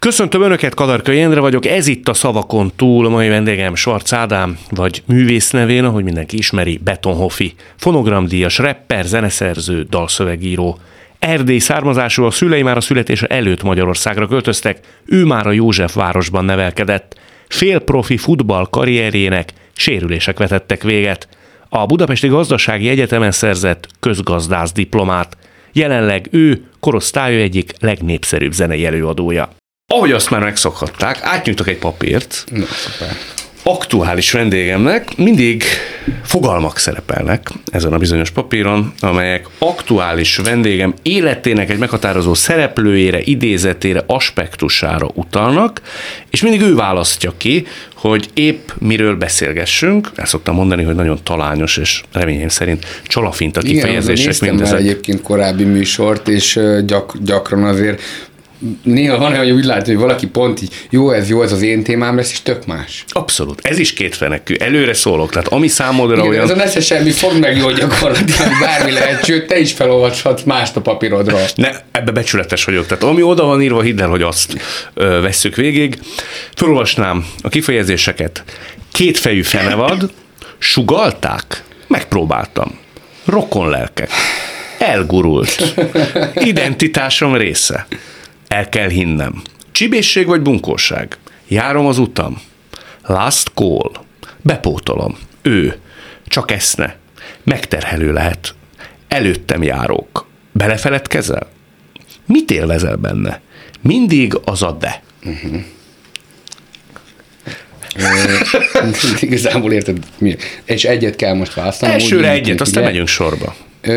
Köszöntöm Önöket, Kadarkai Endre vagyok, ez itt a Szavakon túl, a mai vendégem Schwarz Ádám, vagy művész nevén, ahogy mindenki ismeri, Betonhoffi, fonogramdíjas, rapper, zeneszerző, dalszövegíró. Erdély származású, a szülei már a születése előtt Magyarországra költöztek, ő már a Józsefvárosban nevelkedett. Félprofi futball karrierjének sérülések vetettek véget. A Budapesti Gazdasági Egyetemen szerzett közgazdász diplomát. Jelenleg ő korosztálya egyik legnépszerűbb zenei előadója. Ahogy azt már megszokhatták, átnyújtok egy papírt. Na, szuper. Aktuális vendégemnek mindig fogalmak szerepelnek ezen a bizonyos papíron, amelyek aktuális vendégem életének egy meghatározó szereplőjére, idézetére, aspektusára utalnak, és mindig ő választja ki, hogy épp miről beszélgessünk. El szoktam mondani, hogy nagyon talányos, és reményeim szerint csalafinta kifejezések mindezek. Igen, egyébként korábbi műsort, és gyakran azért néha van, hogy úgy látja, hogy valaki pont így, ez az én témám lesz, és tök más. Abszolút. Ez is kétfenekű. Előre szólok. Tehát ami számodra igen, olyan... Ez a nesze semmi, fogd meg jól gyakorlatilag, bármi lehet, sőt, te is felolvashatsz mást a papírodról. Ne, ebbe becsületes vagyok. Tehát ami oda van írva, hidd el, hogy azt vesszük végig. Felolvasnám a kifejezéseket. Kétfejű fenevad, sugallták, megpróbáltam. Rokonlelkek, elgurult, identitásom része. El kell hinnem. Csibészség vagy bunkóság? Járom az utam. Last call. Bepótolom. Ő. Csak eszne. Megterhelő lehet. Előttem járók. Belefeledkezel? Mit élvezel benne? Mindig az a de. Igazából érted, mi? És egyet kell most választanom. Elsőre egyet, aztán megyünk sorba.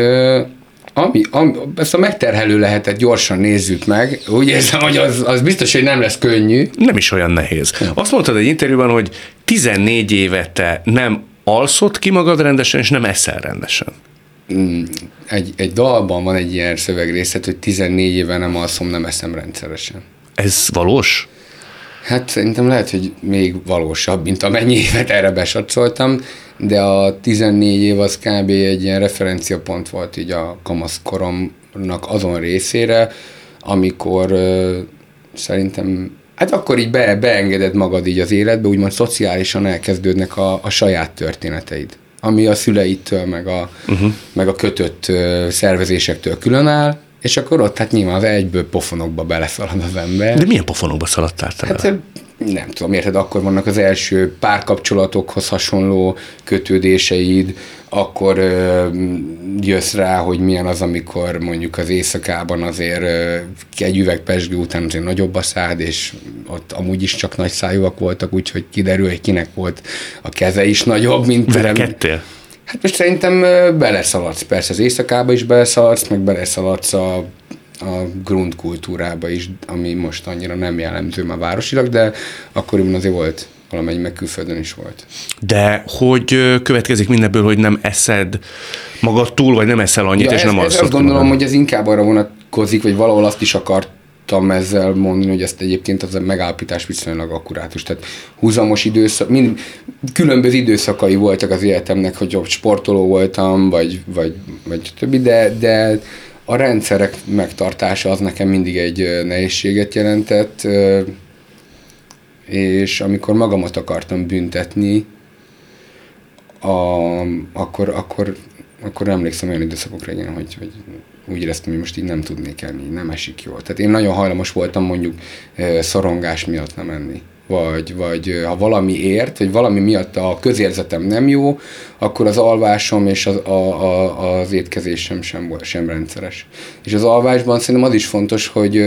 Ezt a megterhelő lehetet gyorsan nézzük meg. Úgy érzem, hogy az biztos, hogy nem lesz könnyű. Nem is olyan nehéz. Azt mondtad egy interjúban, hogy 14 éve te nem alszod ki magad rendesen, és nem eszel rendesen. Egy dalban van egy ilyen szövegrészlet, hogy 14 éve nem alszom, nem eszem rendszeresen. Ez valós? Hát szerintem lehet, hogy még valósabb, mint amennyi évet erre besatszoltam, de a 14 év az kb. Egy ilyen referenciapont volt így a kamaszkoromnak azon részére, amikor szerintem, hát akkor így beengeded magad így az életbe, úgymond szociálisan elkezdődnek a saját történeteid, ami a szüleitől, meg a kötött szervezésektől különáll, és akkor ott hát nyilván az egyből pofonokba beleszalad az ember. De milyen pofonokba szaladtál te hát, nem tudom, érted, akkor vannak az első párkapcsolatokhoz hasonló kötődéseid, akkor jössz rá, hogy milyen az, amikor mondjuk az éjszakában azért egy üveg pesgő után azért nagyobb a szád, és ott amúgy is csak nagy szájúak voltak, úgyhogy kiderül, hogy kinek volt a keze is nagyobb, mint... Verekedtél? Hát most szerintem beleszaladsz, persze az éjszakába is beleszaladsz, meg beleszaladsz a grundkultúrába is, ami most annyira nem jellemző már városilag, de akkoriban azért volt valamennyi, meg külföldön is volt. De hogy következik mindebből, hogy nem eszed magadtól, vagy nem eszel annyit, és nem alszol? Azt gondolom, hogy ez inkább arra vonatkozik, vagy valahol azt is akartam ezzel mondani, hogy ezt egyébként az a megállapítás viszonylag akkurátus. Tehát húzamos időszak, különböző időszakai voltak az életemnek, hogy sportoló voltam, vagy többi, de a rendszerek megtartása az nekem mindig egy nehézséget jelentett, és amikor magamat akartam büntetni, akkor emlékszem olyan időszakokra, igen, hogy úgy éreztem, hogy most így nem tudnék enni, nem esik jól. Tehát én nagyon hajlamos voltam mondjuk szorongás miatt nem enni. Vagy ha valamiért, vagy valami miatt a közérzetem nem jó, akkor az alvásom és az étkezésem sem rendszeres. És az alvásban szerintem az is fontos, hogy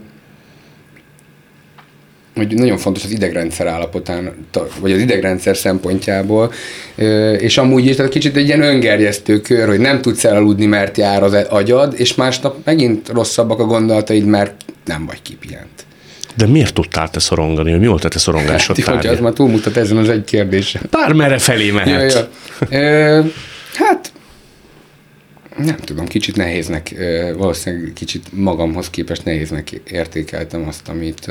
nagyon fontos az idegrendszer állapotán, vagy az idegrendszer szempontjából, és amúgy is kicsit egy ilyen öngerjesztő kör, hogy nem tudsz elaludni, mert jár az agyad, és másnap megint rosszabbak a gondolataid, mert nem vagy kipihent. De miért tudtál te szorongani, hogy mi volt a te szorongásod tárgya? Az már túlmutat ezen az egy kérdésen. Bármerre felé mehet. Hát nem tudom, kicsit nehéznek, valószínűleg kicsit magamhoz képest nehéznek értékeltem azt, amit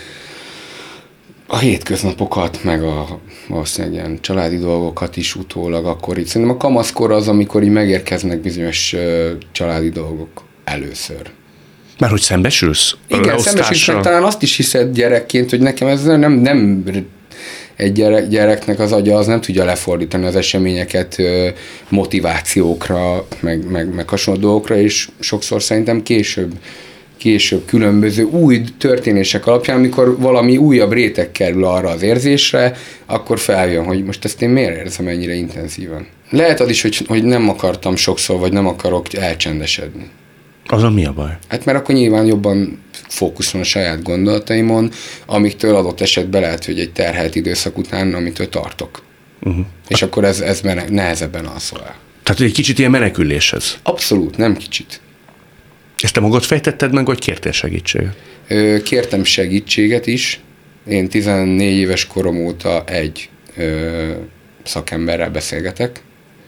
a hétköznapokat, meg valószínűleg ilyen családi dolgokat is utólag akkor így. Szerintem a kamaszkor az, amikor így megérkeznek bizonyos családi dolgok először. Már hogy szembesülsz? Igen, szembesülsz, meg talán azt is hiszed gyerekként, hogy nekem ez nem egy gyereknek az agya az nem tudja lefordítani az eseményeket motivációkra, meg hasonló dolgokra, és sokszor szerintem később különböző új történések alapján, amikor valami újabb réteg kerül arra az érzésre, akkor feljön, hogy most ezt én miért érzem ennyire intenzíven. Lehet az is, hogy nem akartam sokszor, vagy nem akarok elcsendesedni. Azon mi a baj? Hát mert akkor nyilván jobban fókuszon a saját gondolataimon, amiktől adott esetben lehet, hogy egy terhelt időszak után, amitől tartok. És akkor ez nehezebben alszol el. Tehát egy kicsit ilyen meneküléshez. Abszolút, nem kicsit. Ezt te magad fejtetted meg, vagy kértél segítséget? Kértem segítséget is. Én 14 éves korom óta egy szakemberrel beszélgetek.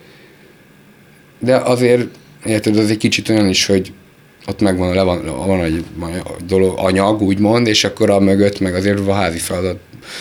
De azért, érted, az egy kicsit olyan is, hogy ott van egy dolog, anyag, úgymond, és akkor a mögött meg azért a házi feladat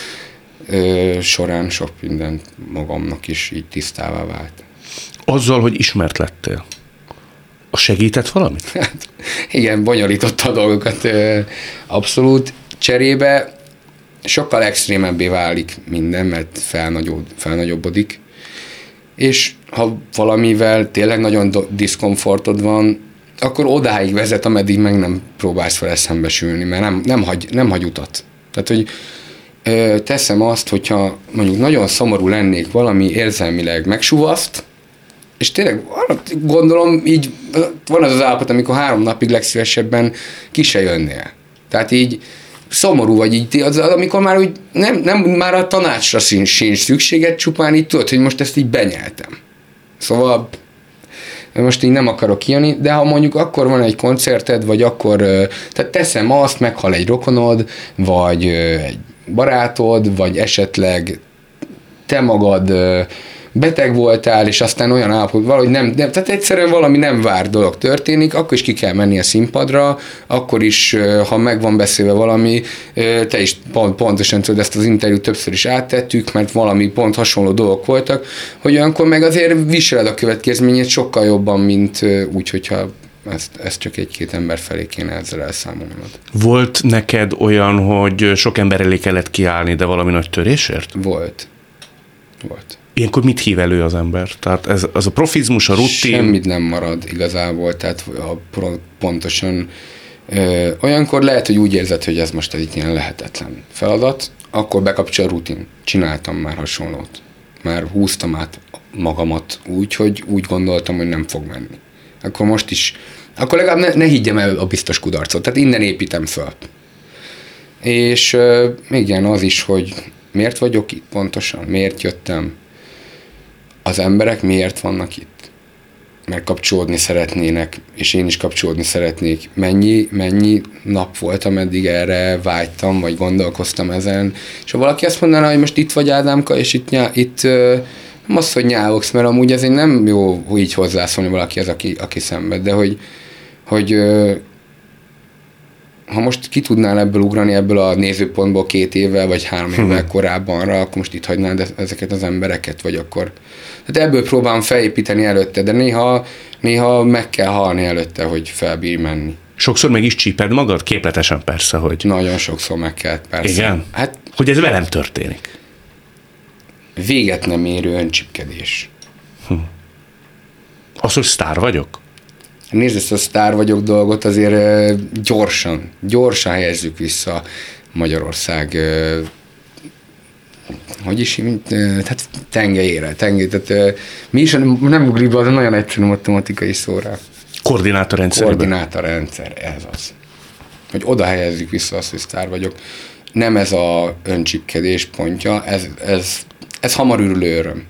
során sok mindent magamnak is így tisztává vált. Azzal, hogy ismert lettél, a segített valamit? Hát, igen, bonyolította a dolgokat abszolút. Cserébe sokkal extrémebbé válik minden, mert felnagyobbodik. És ha valamivel tényleg nagyon diszkomfortod van, akkor odáig vezet, ameddig meg nem próbálsz vele szembesülni, mert nem hagy utat. Tehát, hogy teszem azt, hogyha mondjuk nagyon szomorú lennék, valami érzelmileg megsuvaszt, és tényleg gondolom, így van az állapot, amikor 3 napig legszívesebben ki se jönnél. Tehát így szomorú vagy így, az, amikor már úgy nem már a tanácsra sincs szükséged, csupán így tudod, hogy most ezt így benyeltem. Szóval most így nem akarok kijönni, de ha mondjuk akkor van egy koncerted, vagy akkor tehát teszem azt, meghal egy rokonod, vagy egy barátod, vagy esetleg te magad beteg voltál, és aztán olyan állapot, valahogy nem, tehát egyszerűen valami nem várt dolog történik, akkor is ki kell menni a színpadra, akkor is, ha meg van beszélve valami, te is pontosan tudod, ezt az interjút többször is áttettük, mert valami pont hasonló dolgok voltak, hogy olyankor meg azért viseled a következményét sokkal jobban, mint úgy, hogyha ezt csak 1-2 ember felé kéne ezzel elszámolnod. Volt neked olyan, hogy sok ember elé kellett kiállni, de valami nagy törésért? Volt. Ilyenkor mit hív elő az ember? Tehát az a profizmus, a rutin? Semmit nem marad igazából, tehát pontosan olyankor lehet, hogy úgy érzed, hogy ez most egy ilyen lehetetlen feladat, akkor bekapcsol a rutin. Csináltam már hasonlót. Már húztam át magamat úgy, hogy úgy gondoltam, hogy nem fog menni. Akkor most is, akkor legalább ne higgyem el a biztos kudarcot, tehát innen építem föl. És igen, az is, hogy miért vagyok itt pontosan, miért jöttem, az emberek miért vannak itt? Mert kapcsolódni szeretnének, és én is kapcsolódni szeretnék. Mennyi nap volt, ameddig erre vágytam, vagy gondolkoztam ezen, és ha valaki azt mondaná, hogy most itt vagy Ádámka, és itt nem az, hogy nyávogsz, mert amúgy ezért nem jó így hozzászólni valaki az, aki szenved, de hogy ha most ki tudnál ebből ugrani, ebből a nézőpontból 2 évvel, vagy 3 évvel korábbanra, akkor most itt hagynád ezeket az embereket, vagy akkor... Tehát ebből próbálom felépíteni előtte, de néha meg kell halni előtte, hogy felbírj menni. Sokszor meg is csíped magad? Képletesen persze, hogy... Nagyon sokszor meg kell, persze. Igen? Hát, hogy ez velem történik. Véget nem érő öncsipkedés. Az, hogy sztár vagyok? Nézd, ezt a sztár vagyok dolgot azért gyorsan helyezzük vissza Magyarország tehát tengelyére. Tehát mi is nem ugrik be, az nagyon egyszerű matematikai szóra. Koordinátorrendszer, ez az. Hogy oda helyezzük vissza azt, hogy sztár vagyok. Nem ez a öncsipkedés pontja, ez hamar ürülő öröm.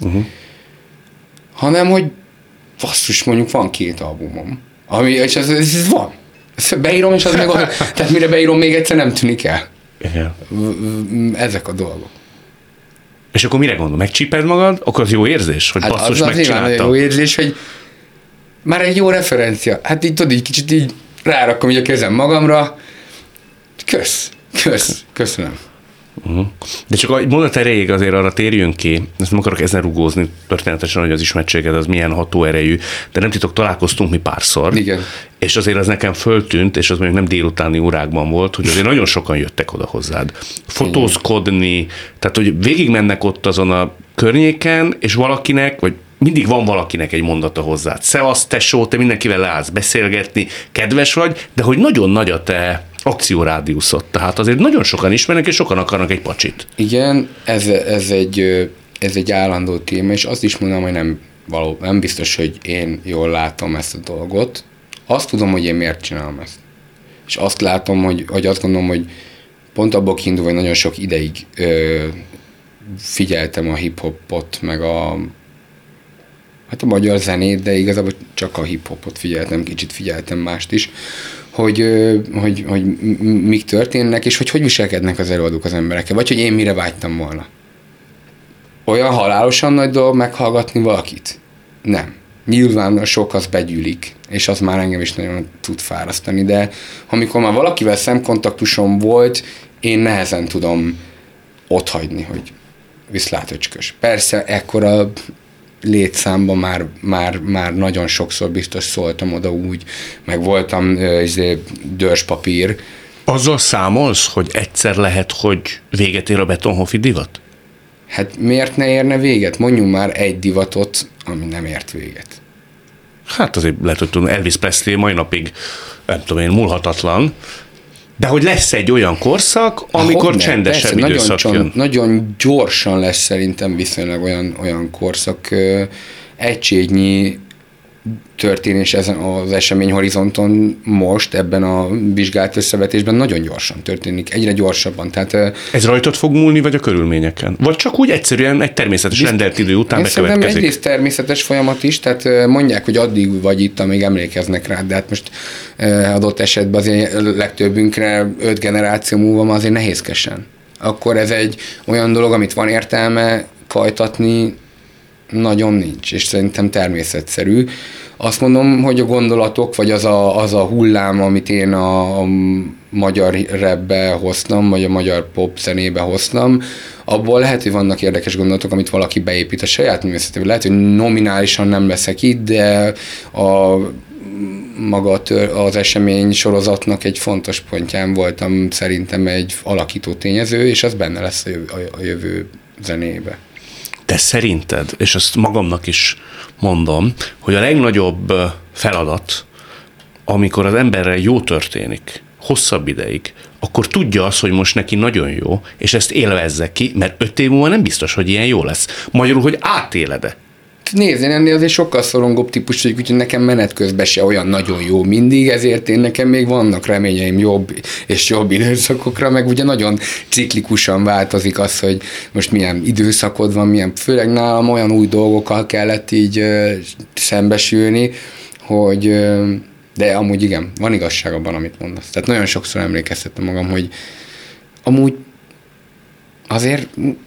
Hanem, hogy basszus, mondjuk van 2 albumom, és ez van. Ezt beírom, és az meg olyan, tehát mire beírom, még egyszer nem tűnik el. Igen. Ezek a dolgok. És akkor mire gondol? Megcsíped magad? Akkor az jó érzés, hogy basszus, megcsináltam. Jó érzés, hogy már egy jó referencia. Hát így tudod, így kicsit így rárakom így a kezem magamra. Köszönöm. De csak egy mondat erejéig azért arra térjünk ki, ezt nem akarok ezen rugózni történetesen, hogy az ismertséged az milyen hatóerejű, de nem titok, találkoztunk mi párszor. Igen. És azért az nekem föltűnt, és az mondjuk nem délutáni órákban volt, hogy azért nagyon sokan jöttek oda hozzád. Fotózkodni, tehát hogy végigmennek ott azon a környéken, és valakinek, vagy mindig van valakinek egy mondata hozzád. Szevasz, tesó, te mindenkivel leállsz beszélgetni, kedves vagy, de hogy nagyon nagy a te akciórádiuszot. Tehát azért nagyon sokan ismernek, és sokan akarnak egy pacsit. Igen, ez egy állandó téma, és azt is mondom, hogy nem biztos, hogy én jól látom ezt a dolgot. Azt tudom, hogy én miért csinálom ezt. És azt látom, hogy azt gondolom, hogy pont abból kiindulva, hogy nagyon sok ideig figyeltem a hip-hopot, meg a magyar zenét, de igazából csak a hip-hopot figyeltem, kicsit figyeltem mást is, hogy mik történnek, és hogy viselkednek az előadók az emberekkel, vagy hogy én mire vágytam volna. Olyan halálosan nagy dolog meghallgatni valakit? Nem. Nyilván sok az begyűlik, és az már engem is nagyon tud fárasztani, de amikor már valakivel szemkontaktusom volt, én nehezen tudom otthagyni, hogy viszlát öcskös. Persze, ekkora létszámban már nagyon sokszor biztos szóltam oda úgy, meg voltam dörspapír. Azzal számolsz, hogy egyszer lehet, hogy véget ér a Betonhoffi divat? Hát miért ne érne véget? Mondjunk már egy divatot, ami nem ért véget. Hát azért lehet, hogy tudom, Elvis Presley mai napig, nem tudom én, múlhatatlan, de hogy lesz egy olyan korszak, amikor csendesebb időszak jön. Nagyon gyorsan lesz szerintem viszonylag olyan korszak. Egységnyi történés ezen az eseményhorizonton most ebben a vizsgált összevetésben nagyon gyorsan történik, egyre gyorsabban. Tehát, ez rajtad fog múlni, vagy a körülményeken? Vagy csak úgy egyszerűen egy természetes rendelt idő után bekövetkezik? Szerintem egyrészt természetes folyamat is, tehát mondják, hogy addig vagy itt, amíg emlékeznek rá, de hát most adott esetben azért legtöbbünkre 5 generáció múlva azért nehézkesen. Akkor ez egy olyan dolog, amit van értelme kajtatni, nagyon nincs, és szerintem természetszerű. Azt mondom, hogy a gondolatok, vagy az a hullám, amit én a magyar rapbe hoztam, vagy a magyar pop zenébe hoztam, abból lehet, hogy vannak érdekes gondolatok, amit valaki beépít a saját művészetébe. Lehet, hogy nominálisan nem leszek itt, de maga az esemény sorozatnak egy fontos pontján voltam szerintem egy alakító tényező, és az benne lesz a jövő zenébe. Te szerinted, és ezt magamnak is mondom, hogy a legnagyobb feladat, amikor az emberrel jó történik, hosszabb ideig, akkor tudja azt, hogy most neki nagyon jó, és ezt élvezze ki, mert 5 év múlva nem biztos, hogy ilyen jó lesz. Magyarul, hogy átéled-e. Nézd, én ennél azért sokkal szorongóbb típus vagyok, úgyhogy nekem menet közben se olyan nagyon jó mindig, ezért én nekem még vannak reményeim jobb és jobb időszakokra, meg ugye nagyon ciklikusan változik az, hogy most milyen időszakod van, főleg nálam olyan új dolgokkal kellett így szembesülni, hogy de amúgy igen, van igazság abban, amit mondasz. Tehát nagyon sokszor emlékeztetem magam, hogy amúgy azért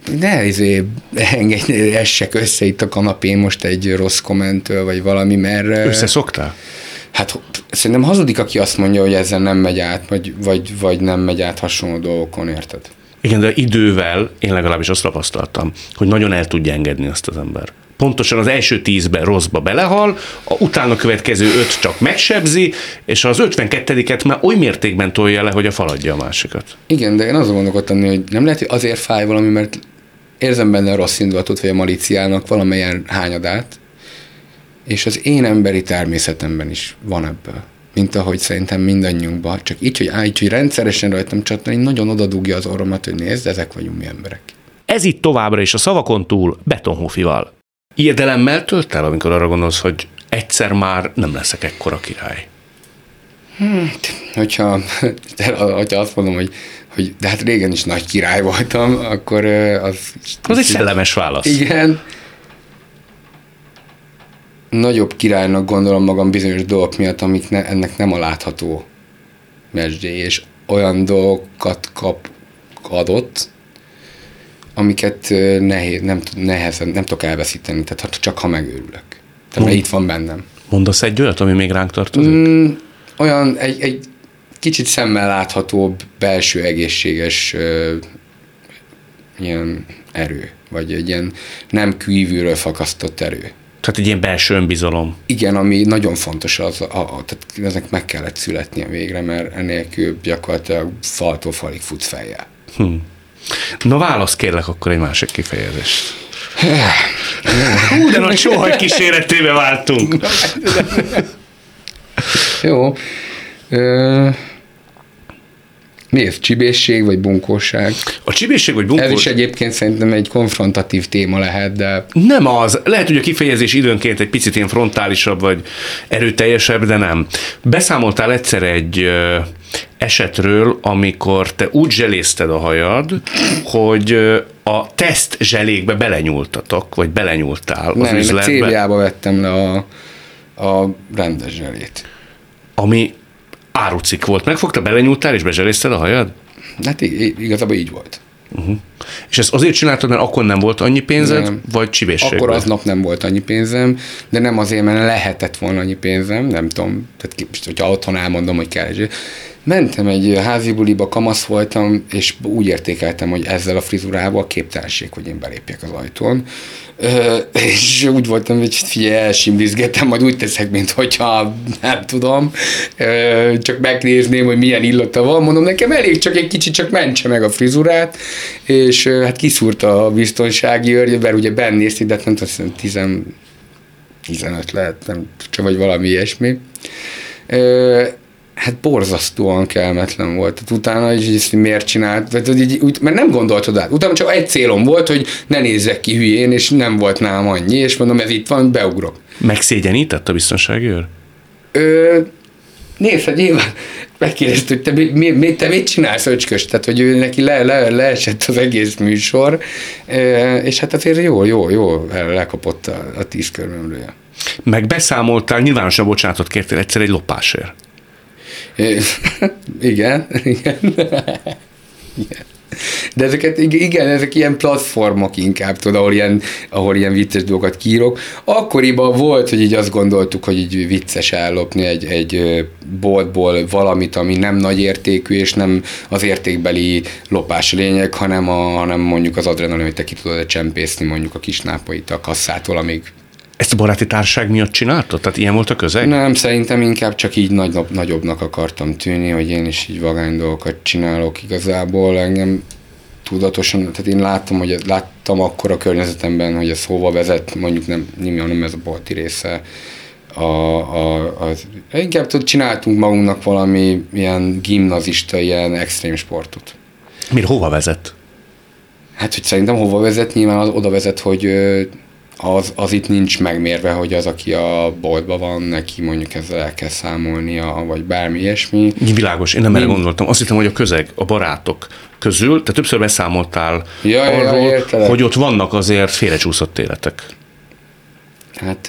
essek össze itt a kanapén most egy rossz kommenttől, vagy valami, mert... Összeszoktál? Hát szerintem hazudik, aki azt mondja, hogy ezzel nem megy át, vagy nem megy át hasonló dolgokon, érted? Igen, de idővel én legalábbis azt tapasztaltam, hogy nagyon el tudja engedni azt az ember. Pontosan az első 10-ben rosszba belehal, a utána következő 5 csak megsebzi, és az 52-et már oly mértékben tolja le, hogy a faladja a másikat. Igen, de én azon gondolkodtam, hogy nem lehet, hogy azért fáj valami, mert érzem benne a rossz indulatot, vagy a malíciának valamelyen hányadát, és az én emberi természetemben is van ebből. Mint ahogy szerintem mindannyiunkban. Csak így, hogy rendszeresen rajtam csatolni, nagyon odadugja az orromat, hogy nézd, ezek vagyunk mi emberek. Ez itt továbbra is a szavakon túl Betonhoffival. Ijedelemmel tölt el, amikor arra gondolsz, hogy egyszer már nem leszek ekkora király? Hogyha azt mondom, hogy de hát régen is nagy király voltam, akkor az... Az egy szellemes válasz. Igen. Nagyobb királynak gondolom magam bizonyos dolgok miatt, amik ennek nem a látható mesdjé, és olyan dolgokat adott, amiket nehezen, nem tudok elveszíteni, tehát csak ha megőrülök. Tehát itt van bennem. Mondasz egy olyat, ami még ránk tartozik? Olyan egy kicsit szemmel láthatóbb, belső egészséges ilyen erő, vagy egy ilyen nem kívülről fakasztott erő. Tehát egy ilyen belső önbizalom. Igen, ami nagyon fontos, tehát ezek meg kellett születnie végre, mert enélkül gyakorlatilag faltól falig futsz fejjel. Na válasz kérlek akkor egy másik kifejezést. Hú, de nagy sóhaj kíséretébe váltunk. Jó. Mi ez? Csibészség vagy bunkóság? A csibészség vagy bunkóság? Ez is egyébként szerintem egy konfrontatív téma lehet, de... Nem az. Lehet, hogy a kifejezés időnként egy picit ilyen frontálisabb, vagy erőteljesebb, de nem. Beszámoltál egyszer egy esetről, amikor te úgy zselézted a hajad, hogy a teszt zselékbe belenyúltatok, vagy belenyúltál az nem, üzletbe. Nem, én a CBA-ba vettem le a rendes zselét. Ami árucik volt. Megfogta, belenyúltál, és bezselézted a hajad? Hát igazából így volt. És ezt azért csináltad, mert akkor nem volt annyi pénzed, nem. Vagy csibészség? Akkor aznap nem volt annyi pénzem, de nem azért, mert lehetett volna annyi pénzem, nem tudom, tehát hogyha otthon elmondom, hogy kell. Mentem egy házi buliba, kamasz voltam, és úgy értékeltem, hogy ezzel a frizurával képtelenség, hogy én belépjek az ajtón. És úgy voltam, hogy figyelj, elsimlizgettem, majd úgy teszek, mint hogyha nem tudom, csak megnézném, hogy milyen illata van. Mondom, nekem elég csak egy kicsit, csak mentse meg a frizurát, és hát kiszúrta a biztonsági őr, mert ugye benn nézti, de nem tudom, 15 lehet, nem csak vagy valami ilyesmi. Hát borzasztóan kellemetlen volt. Tehát utána is ezt miért csinált, mert nem gondoltad át. Utána csak egy célom volt, hogy ne nézzek ki hülyén, és nem volt nálam annyi, és mondom, ez itt van, beugrok. Megszégyenített a biztonsági őr? Nézd, hogy nyilván megkérdezte, hogy te mit csinálsz, öcskös? Tehát, hogy ő neki leesett az egész műsor, és hát azért jó, lekapott a 10 körmömlője. Meg beszámoltál, nyilvánosan bocsánatot kértél egyszer egy lopásért. Igen. De ezek ilyen platformok inkább, tudod, ahol ilyen vicces dolgokat kiírok. Akkoriban volt, hogy így azt gondoltuk, hogy így vicces ellopni egy boltból valamit, ami nem nagy értékű, és nem az értékbeli lopás lényeg, hanem mondjuk az adrenalin, hogy te ki tudod csempészni mondjuk a kisnápait a kasszától, amíg. Ezt a baráti társaság miatt csináltad? Tehát ilyen volt a közeg? Nem, szerintem inkább csak így nagyobbnak akartam tűnni, hogy én is így vagány dolgokat csinálok igazából. Engem tudatosan, tehát én láttam akkor a környezetemben, hogy ez hova vezet, mondjuk nem ez a bolti része. Inkább csináltunk magunknak valami ilyen gimnazista, ilyen extrém sportot. Miért hova vezet? Hát, hogy szerintem hova vezet, nyilván az oda vezet, hogy az itt nincs megmérve, hogy az, aki a boltban van, neki mondjuk ezzel el kell számolnia, vagy bármi ilyesmi. Világos, én nem erre gondoltam. Azt hittem, hogy a közeg, a barátok közül, te többször beszámoltál arról, hogy ott vannak azért félrecsúszott életek. Hát,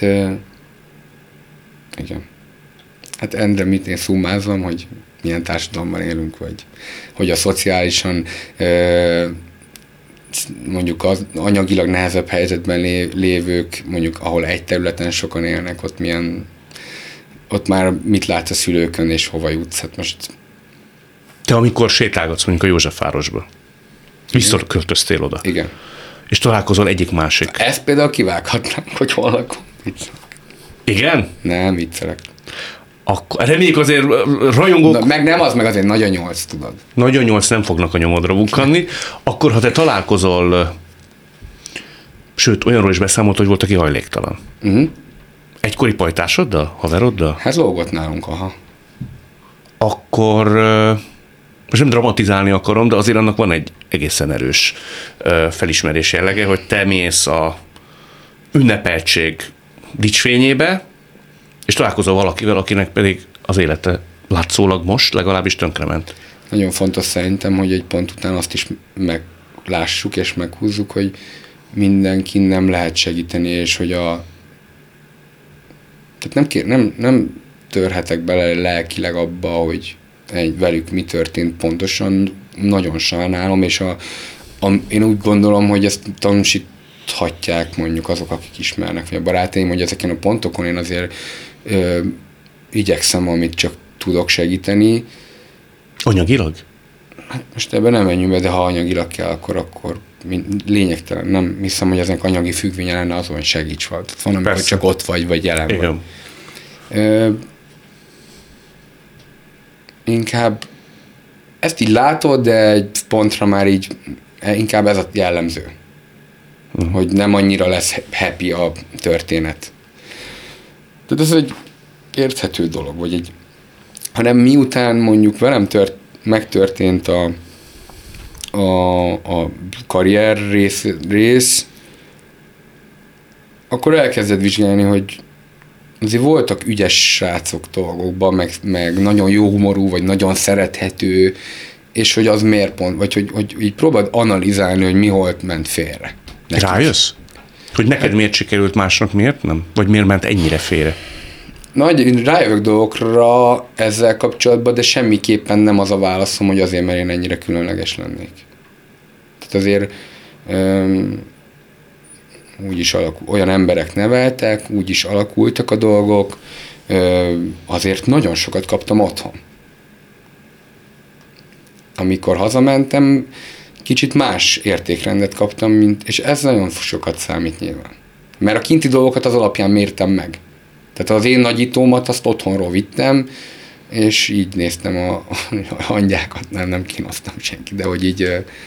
igen. Hát Endre, mit én szummázom, hogy milyen társadalomban élünk, vagy hogy a szociálisan mondjuk az anyagilag nehezebb helyzetben lévők, mondjuk ahol egy területen sokan élnek, ott már mit látsz a szülőkön, és hova jutsz? Hát most... Te amikor sétálgatsz mondjuk a Józsefvárosba, visszaköltöztél oda. Igen. És találkozol egyik-másik. Ezt például kivághatnám, hogy hol lakom. Igen? Nem, viccelek. Akkor reméljük azért rajongók... Meg nem az, meg azért nagy a 8, tudod. Nagy a 8 nem fognak a nyomodra bukkanni. Akkor, ha te találkozol, sőt, olyanról is beszámolt, hogy volt, aki hajléktalan. Egykori pajtásoddal, haveroddal? Hát lógott nálunk, aha. Akkor, most nem dramatizálni akarom, de azért annak van egy egészen erős felismerés jellege, hogy te mész a ünnepeltség dicsfényébe, és találkozol valakivel, akinek pedig az élete látszólag most legalábbis tönkrement. Nagyon fontos szerintem, hogy egy pont után azt is meglássuk és meghúzzuk, hogy mindenki nem lehet segíteni, és hogy tehát nem törhetek bele lelkileg abba, hogy velük mi történt pontosan, nagyon sajnálom, és én úgy gondolom, hogy ezt tanúsíthatják mondjuk azok, akik ismernek, vagy a barátaim, hogy ezeken a pontokon én azért igyekszem, amit csak tudok segíteni. Anyagilag? Hát most ebben nem menjünk be, de ha anyagilag kell, akkor lényegtelen. Nem hiszem, hogy ezek anyagi függvénye lenne azon, hogy segíts volt. Van, amikor csak ott vagy jelen Igen. vagy. Inkább ezt így látod, de egy pontra már így inkább ez a jellemző. Hogy nem annyira lesz happy a történet. Tehát ez egy érthető dolog, vagy hanem miután mondjuk velem megtörtént a karrier rész, akkor elkezded vizsgálni, hogy azért voltak ügyes srácok dolgokban, meg nagyon jó humorú, vagy nagyon szerethető, és hogy az miért pont, vagy hogy így próbáld analizálni, hogy mi holt ment félre. Nekik. Rájössz? Hogy neked miért sikerült, másnak miért nem? Vagy miért ment ennyire félre? Én rájövök dolgokra ezzel kapcsolatban, de semmiképpen nem az a válaszom, hogy azért, mert én ennyire különleges lennék. Tehát azért úgyis olyan emberek neveltek, úgyis alakultak a dolgok, azért nagyon sokat kaptam otthon. Amikor hazamentem, kicsit más értékrendet kaptam, és ez nagyon sokat számít nyilván. Mert a kinti dolgokat az alapján mértem meg. Tehát az én nagyítómat azt otthonról vittem, és így néztem a hangyákat, nem kínoztam senki, de hogy így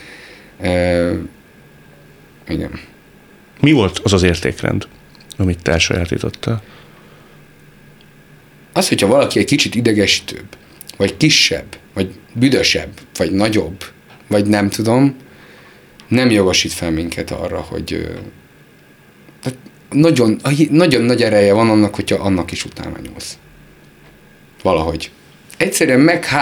igen. Mi volt az az értékrend, amit te elsajátítottál? Az, hogyha valaki egy kicsit idegesítőbb, vagy kisebb, vagy büdösebb, vagy nagyobb, vagy nem tudom, nem jogosít fel minket arra, hogy nagyon, nagyon nagy ereje van annak, hogyha annak is utána nyúlsz. Valahogy. Egyszerűen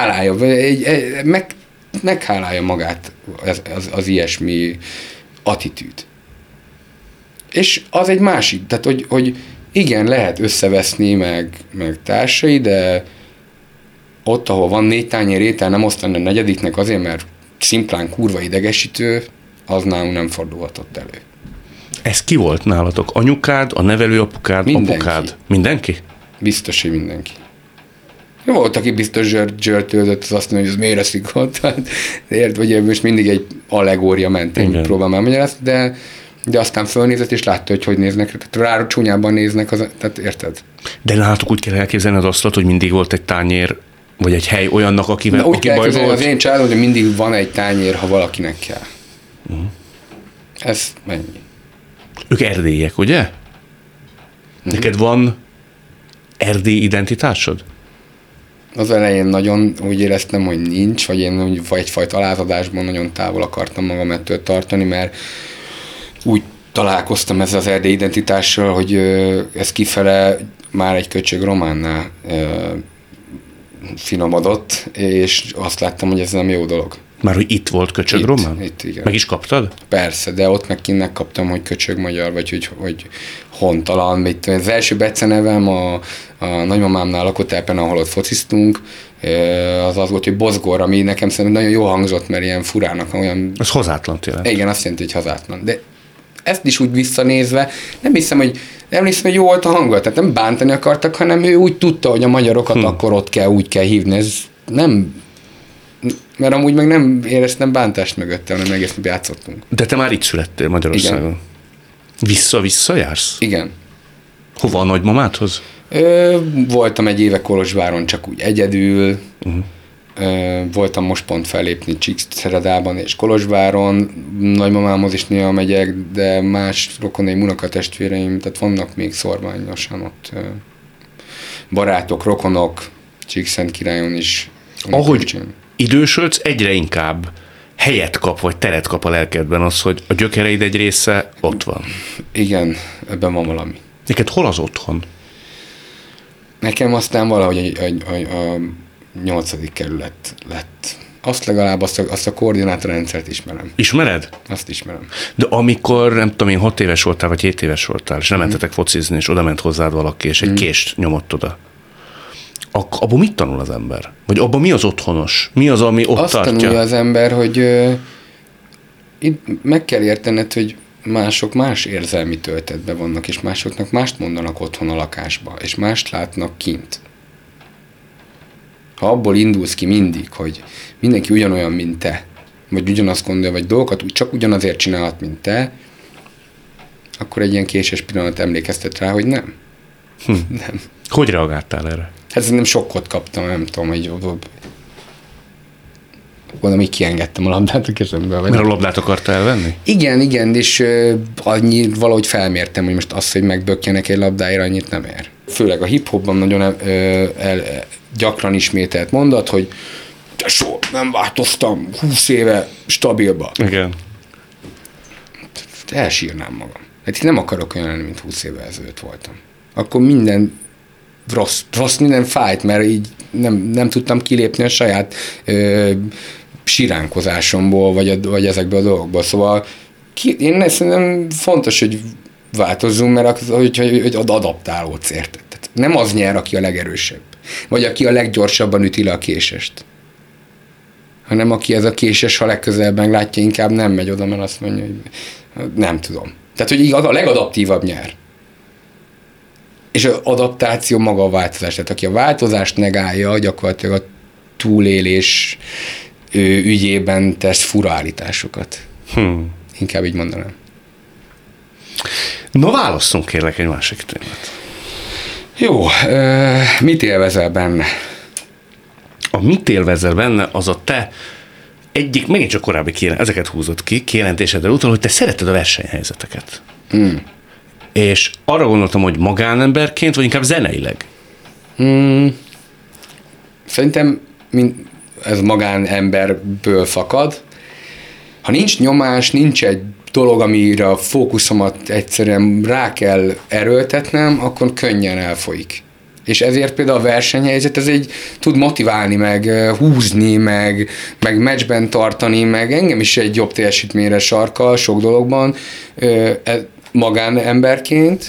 meghálálja magát az ilyesmi attitűd. És az egy másik, tehát hogy igen, lehet összeveszni, meg társai, de ott, ahol van 4 tányér étel, nem osztani a negyediknek azért, mert szimplán kurva idegesítő, az nálunk nem fordulhatott elő. Ez ki volt nálatok? Anyukád, a nevelőapukád, mindenki. apukád? Mindenki? Biztos, hogy mindenki. Volt, aki biztos zsört öldött, az azt mondja, hogy ez miért eszik ott. Vagy most mindig egy allegória mentén próbálom elmagyarázni, de aztán fölnézett, és látta, hogy néznek. Tehát rá csúnyában néznek, tehát érted? De nálatok úgy kell elképzelni az asztalt, hogy mindig volt egy tányér, vagy egy hely olyannak, akivel úgy kell baj volt? Az én családom, hogy mindig van egy tányér, ha valakinek kell. Ez mennyi? Ők erdélyiek, ugye? Neked van erdélyi identitásod? Az elején nagyon úgy éreztem, hogy nincs, vagy én egyfajta lázadásban nagyon távol akartam magam ettől tartani, mert úgy találkoztam ezzel az erdélyi identitással, hogy ez kifele már egy köcsög románnál finomodott, és azt láttam, hogy ez nem jó dolog. Már hogy itt volt köcsög román? Itt, igen. Meg is kaptad? Persze, de ott meg kinnek kaptam, hogy köcsög magyar, vagy hogy hontalan. Az első becenevem a nagymamámnál lakótelepen, ahol ott fociztunk, az volt, hogy Bozgor, ami nekem szerintem nagyon jó hangzott, mert ilyen furának olyan... Az hazátlant jelent. Igen, azt jelenti, hogy hazátlan. De ezt is úgy visszanézve, nem hiszem, hogy jó volt a hangja, tehát nem bántani akartak, hanem ő úgy tudta, hogy a magyarokat akkor ott kell, úgy kell hívni. Ez nem... Mert amúgy meg nem éreztem bántást mögötte, hanem egész nap játszottunk. De te már itt születtél Magyarországon. Vissza jársz? Igen. Hova, a nagymamádhoz? Voltam egy éve Kolozsváron csak úgy egyedül. Voltam most pont fellépni Csíkszeredában és Kolozsváron. Nagymamámhoz is néha megyek, de más rokonaim, unokatestvéreim, tehát vannak még szorványosan ott barátok, rokonok, Csíkszentkirályon is. Ahogy idősödsz, egyre inkább helyet kap, vagy teret kap a lelkedben az, hogy a gyökereid egy része ott van. Igen, ebben van valami. Neked hol az otthon? Nekem aztán valahogy a 8. kerület lett. Azt legalább azt a koordinátorrendszert ismerem. Ismered? Azt ismerem. De amikor, nem tudom én, 6 éves voltál, vagy 7 éves voltál, és nem mentetek focizni, és oda ment hozzád valaki, és egy kést nyomott oda. Abban mit tanul az ember? Vagy abban mi az otthonos? Mi az, ami ott azt tartja? Azt tanulja az ember, hogy itt meg kell értened, hogy mások más érzelmi töltetben vannak, és másoknak mást mondanak otthon a lakásba, és mást látnak kint. Ha abból indulsz ki mindig, hogy mindenki ugyanolyan, mint te, vagy ugyanazt gondolja, vagy dolgokat csak ugyanazért csinálhat, mint te, akkor egy ilyen késés pillanat emlékeztet rá, hogy nem. Nem. Hogy reagáltál erre? Hát szerintem sokkot kaptam, nem tudom, hogy gondolom, így kiengedtem a labdát a kezembe. Mert a labdát akarta elvenni? Igen, és annyi valahogy felmértem, hogy most az, hogy megbökkjenek egy labdáért, annyit nem ér. Főleg a hip-hopban nagyon gyakran ismételt mondat, hogy tesó, nem változtam 20 éve stabilba. Igen. Elsírnám magam. Hát itt nem akarok olyan lenni, mint 20 évvel ezelőtt voltam. Akkor minden rossz minden fájt, mert így nem tudtam kilépni a saját siránkozásomból, vagy ezekből a dolgokból. Szóval én szerintem fontos, hogy változzunk, mert hogy adaptálódsz, érted? Tehát nem az nyer, aki a legerősebb, vagy aki a leggyorsabban üti le a késest, hanem aki ez a késes, ha legközelebb meglátja, inkább nem megy oda, mert azt mondja, hogy nem tudom. Tehát, hogy a legadaptívabb nyer. És az adaptáció maga a változás. Tehát aki a változást negálja, gyakorlatilag a túlélés ügyében tesz fura állításokat. Inkább így mondanám. No, válasszunk kérlek egy másik témát. Jó, mit élvezel benne? A mit élvezel benne, az a te egyik, megint csak korábbi ezeket húzott ki, kijelentésedre utal, hogy te szereted a versenyhelyzeteket. És arra gondoltam, hogy magánemberként, vagy inkább zeneileg? Szerintem ez magánemberből fakad. Ha nincs nyomás, nincs egy dolog, amire a fókuszomat egyszerűen rá kell erőltetnem, akkor könnyen elfolyik. És ezért például a versenyhelyzet, ez tud motiválni, meg húzni, meg meccsben tartani, meg engem is egy jobb teljesítményre sarkal sok dologban, magánemberként,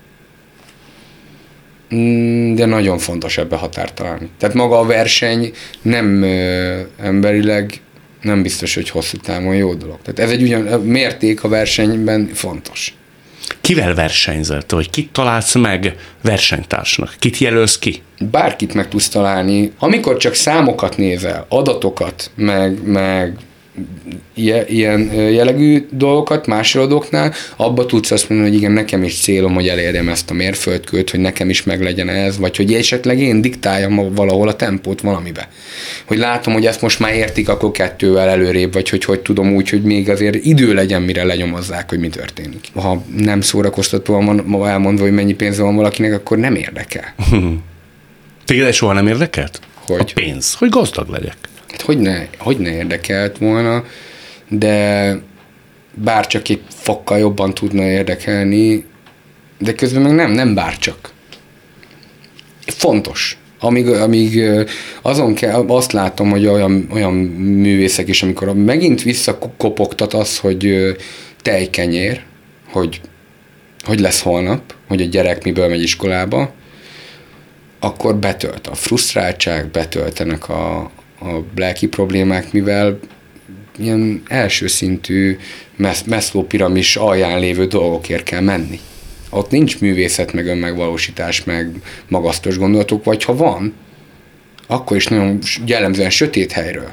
de nagyon fontos ebbe határt találni. Tehát maga a verseny nem emberileg nem biztos, hogy hosszú távon jó dolog. Tehát ez egy mérték a versenyben fontos. Kivel versenyzel? Vagy kit találsz meg versenytársnak? Kit jelölsz ki? Bárkit meg tudsz találni. Amikor csak számokat nézel, adatokat, meg ilyen jellegű dolgokat más adóknál, abba tudsz azt mondani, hogy igen, nekem is célom, hogy elérjem ezt a mérföldkőt, hogy nekem is meglegyen ez, vagy hogy esetleg én diktáljam valahol a tempót valamibe. Hogy látom, hogy ezt most már értik, akkor 2-vel előrébb, vagy hogy tudom úgy, hogy még azért idő legyen, mire lenyomozzák, hogy mi történik. Ha nem szórakoztatóan van elmondva, hogy mennyi pénze van valakinek, akkor nem érdekel. Téged soha nem érdekelt? Hogy? A pénz, hogy gazdag legyek. Hogy ne érdekelt volna, de bárcsak egy fokkal jobban tudna érdekelni, de közben meg nem bárcsak. Fontos. Amíg azon kell, azt látom, hogy olyan művészek is, amikor megint visszakopogtat az, hogy tejkenyér, hogy lesz holnap, hogy a gyerek miből megy iskolába, akkor betölt a frusztráltság, betöltenek a lelki problémák, mivel ilyen első szintű Maslow piramis alján lévő dolgokért kell menni. Ott nincs művészet, meg önmegvalósítás, meg magasztos gondolatok, vagy ha van, akkor is nagyon jellemzően sötét helyről.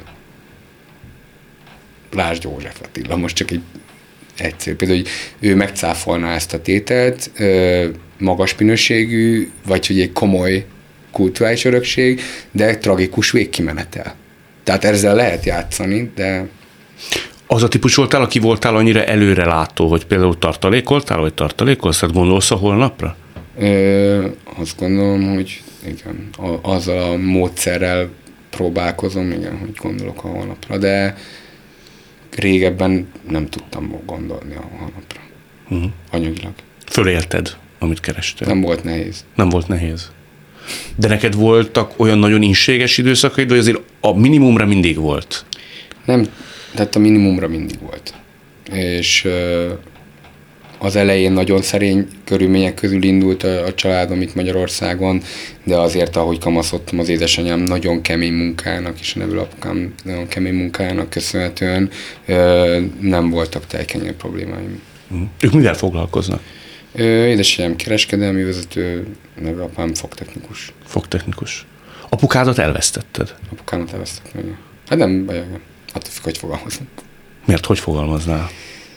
Lásd József Attila, most csak egy egyszerű. Például, hogy ő megcáfolná ezt a tételt, magas minőségű, vagy hogy egy komoly kulturális örökség, de tragikus végkimenetel. Tehát ezzel lehet játszani, de... Az a típus voltál, aki voltál annyira előrelátó, hogy például tartalékoltál, vagy tartalékolsz? Tehát gondolsz a holnapra? Azt gondolom, hogy igen, azzal a módszerrel próbálkozom, igen, hogy gondolok a holnapra, de régebben nem tudtam gondolni a holnapra. Anyagilag. Fölélted, amit kerestél? Nem volt nehéz. Nem volt nehéz. De neked voltak olyan nagyon inséges időszakaid, vagy azért a minimumra mindig volt? Nem, tehát a minimumra mindig volt. És az elején nagyon szerény körülmények közül indult a családom itt Magyarországon, de azért, ahogy kamaszodtam, az édesanyám nagyon kemény munkának, és a nevelőapukám nagyon kemény munkának köszönhetően nem voltak tejkenyér problémáim. Ők mivel foglalkoznak? Édesanyám kereskedelmi vezető, nevelőapám fogtechnikus. Fogtechnikus. Apukádat elvesztetted? Apukámat elvesztettem, igen. Hát nem baj, Attól függ, hogy fogalmazom. Miért? Hogy fogalmaznál?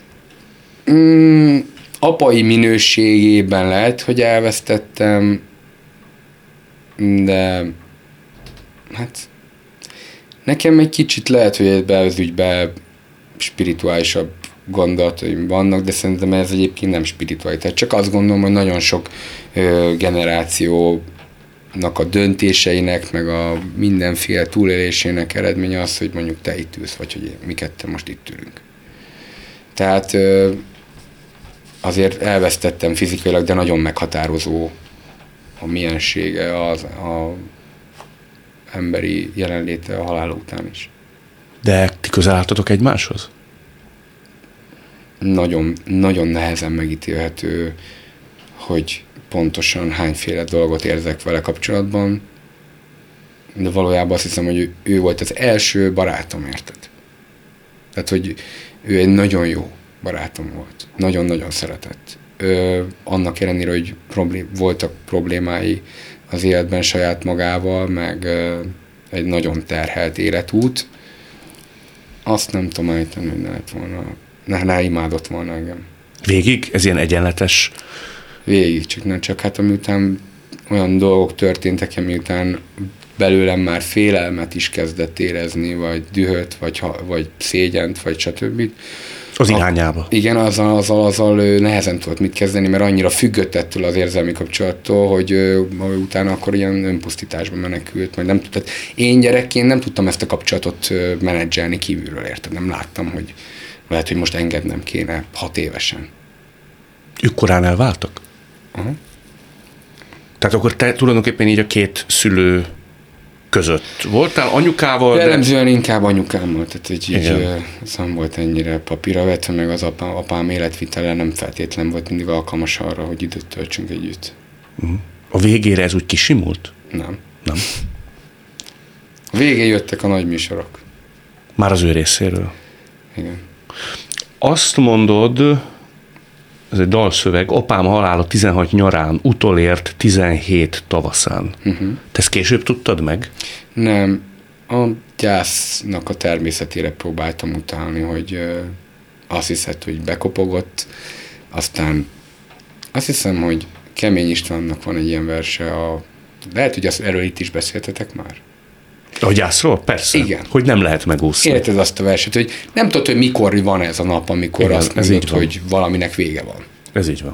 Apai minőségében lehet, hogy elvesztettem, de hát nekem egy kicsit lehet, hogy ebben az ügyben spirituálisabb gondolataim vannak, de szerintem ez egyébként nem spirituális. Tehát csak azt gondolom, hogy nagyon sok generációnak a döntéseinek, meg a mindenféle túlélésének eredménye az, hogy mondjuk te itt ülsz, vagy hogy mi ketten most itt ülünk. Tehát azért elvesztettem fizikailag, de nagyon meghatározó a miensége az emberi jelenléte a halál után is. De ti közel álltatok egymáshoz? Nagyon, nagyon nehezen megítélhető, hogy pontosan hányféle dolgot érzek vele kapcsolatban, de valójában azt hiszem, hogy ő volt az első barátom, érted? Tehát, hogy ő egy nagyon jó barátom volt. Nagyon-nagyon szeretett. Annak ellenére, hogy voltak problémái az életben saját magával, meg egy nagyon terhelt életút, azt nem tudom állítani, hogy ne lett volna, ne imádott volna engem. Végig? Ez ilyen egyenletes? Végig, csak hát amiután olyan dolgok történtek, amiután belőlem már félelmet is kezdett érezni, vagy dühöt, vagy szégyent, vagy stb. Az irányába. Igen, azzal nehezen tudott mit kezdeni, mert annyira függött ettől az érzelmi kapcsolattól, hogy utána akkor ilyen önpusztításba menekült, majd nem tudtam. Én gyerekként nem tudtam ezt a kapcsolatot menedzselni kívülről, érted? Nem láttam, hogy lehet, hogy most engednem kéne 6 évesen. Ők korán elváltak? Aha. Tehát akkor te tulajdonképpen így a két szülő között voltál anyukával? Jellemzően inkább anyukámmal, tehát így nem volt ennyire papírra vetve, meg az apám életvitele nem feltétlen volt mindig alkalmas arra, hogy időt töltsünk együtt. A végére ez úgy kisimult? Nem. Nem? A végén jöttek a nagy műsorok. Már az ő részéről? Igen. Azt mondod, ez egy dalszöveg, apám halála 16 nyarán, utolért 17 tavaszán. Te ezt később tudtad meg? Nem. A gyásznak a természetére próbáltam utalni, hogy azt hiszed, hogy bekopogott, aztán azt hiszem, hogy Kemény Istvánnak van egy ilyen verse, lehet, hogy erről itt is beszéltetek már? A gyászról? Persze. Igen. Hogy nem lehet megúszni. Érted azt a verset, hogy nem tudod, hogy mikor van ez a nap, amikor igen, azt mondod, hogy valaminek vége van. Ez így van.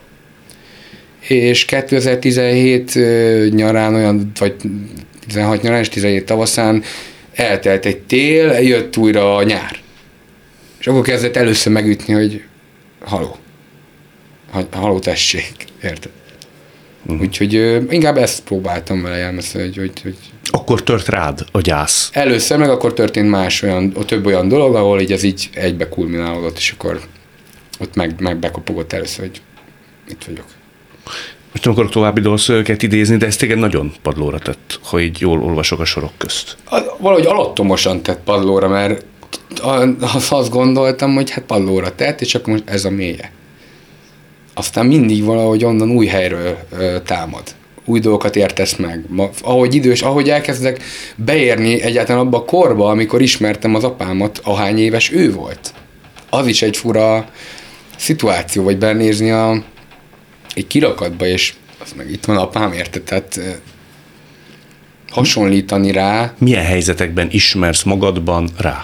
És 2017 nyarán olyan, vagy 16 nyarán és 17 tavaszán eltelt egy tél, jött újra a nyár. És akkor kezdett először megütni, hogy haló tessék, érted? Úgyhogy inkább ezt próbáltam vele jelmezni, hogy akkor tört rád a gyász. Először, meg akkor történt több olyan dolog, ahol így ez így egybe kulminálódott, és akkor ott meg bekopogott először, hogy itt vagyok. Most nem akarok további dalszövegeket idézni, de ez téged nagyon padlóra tett, ha így jól olvasok a sorok közt. Valahogy alattomosan tett padlóra, mert azt gondoltam, hogy hát padlóra tett, és akkor most ez a mélye. Aztán mindig valahogy onnan új helyről támad. Új dolgokat értesz meg. Ahogy elkezdek beérni egyáltalán abba a korba, amikor ismertem az apámat, ahány éves ő volt. Az is egy fura szituáció, vagy benézni egy kirakatba, és az meg itt van apám, érted? Tehát hasonlítani rá. Milyen helyzetekben ismersz magadban rá?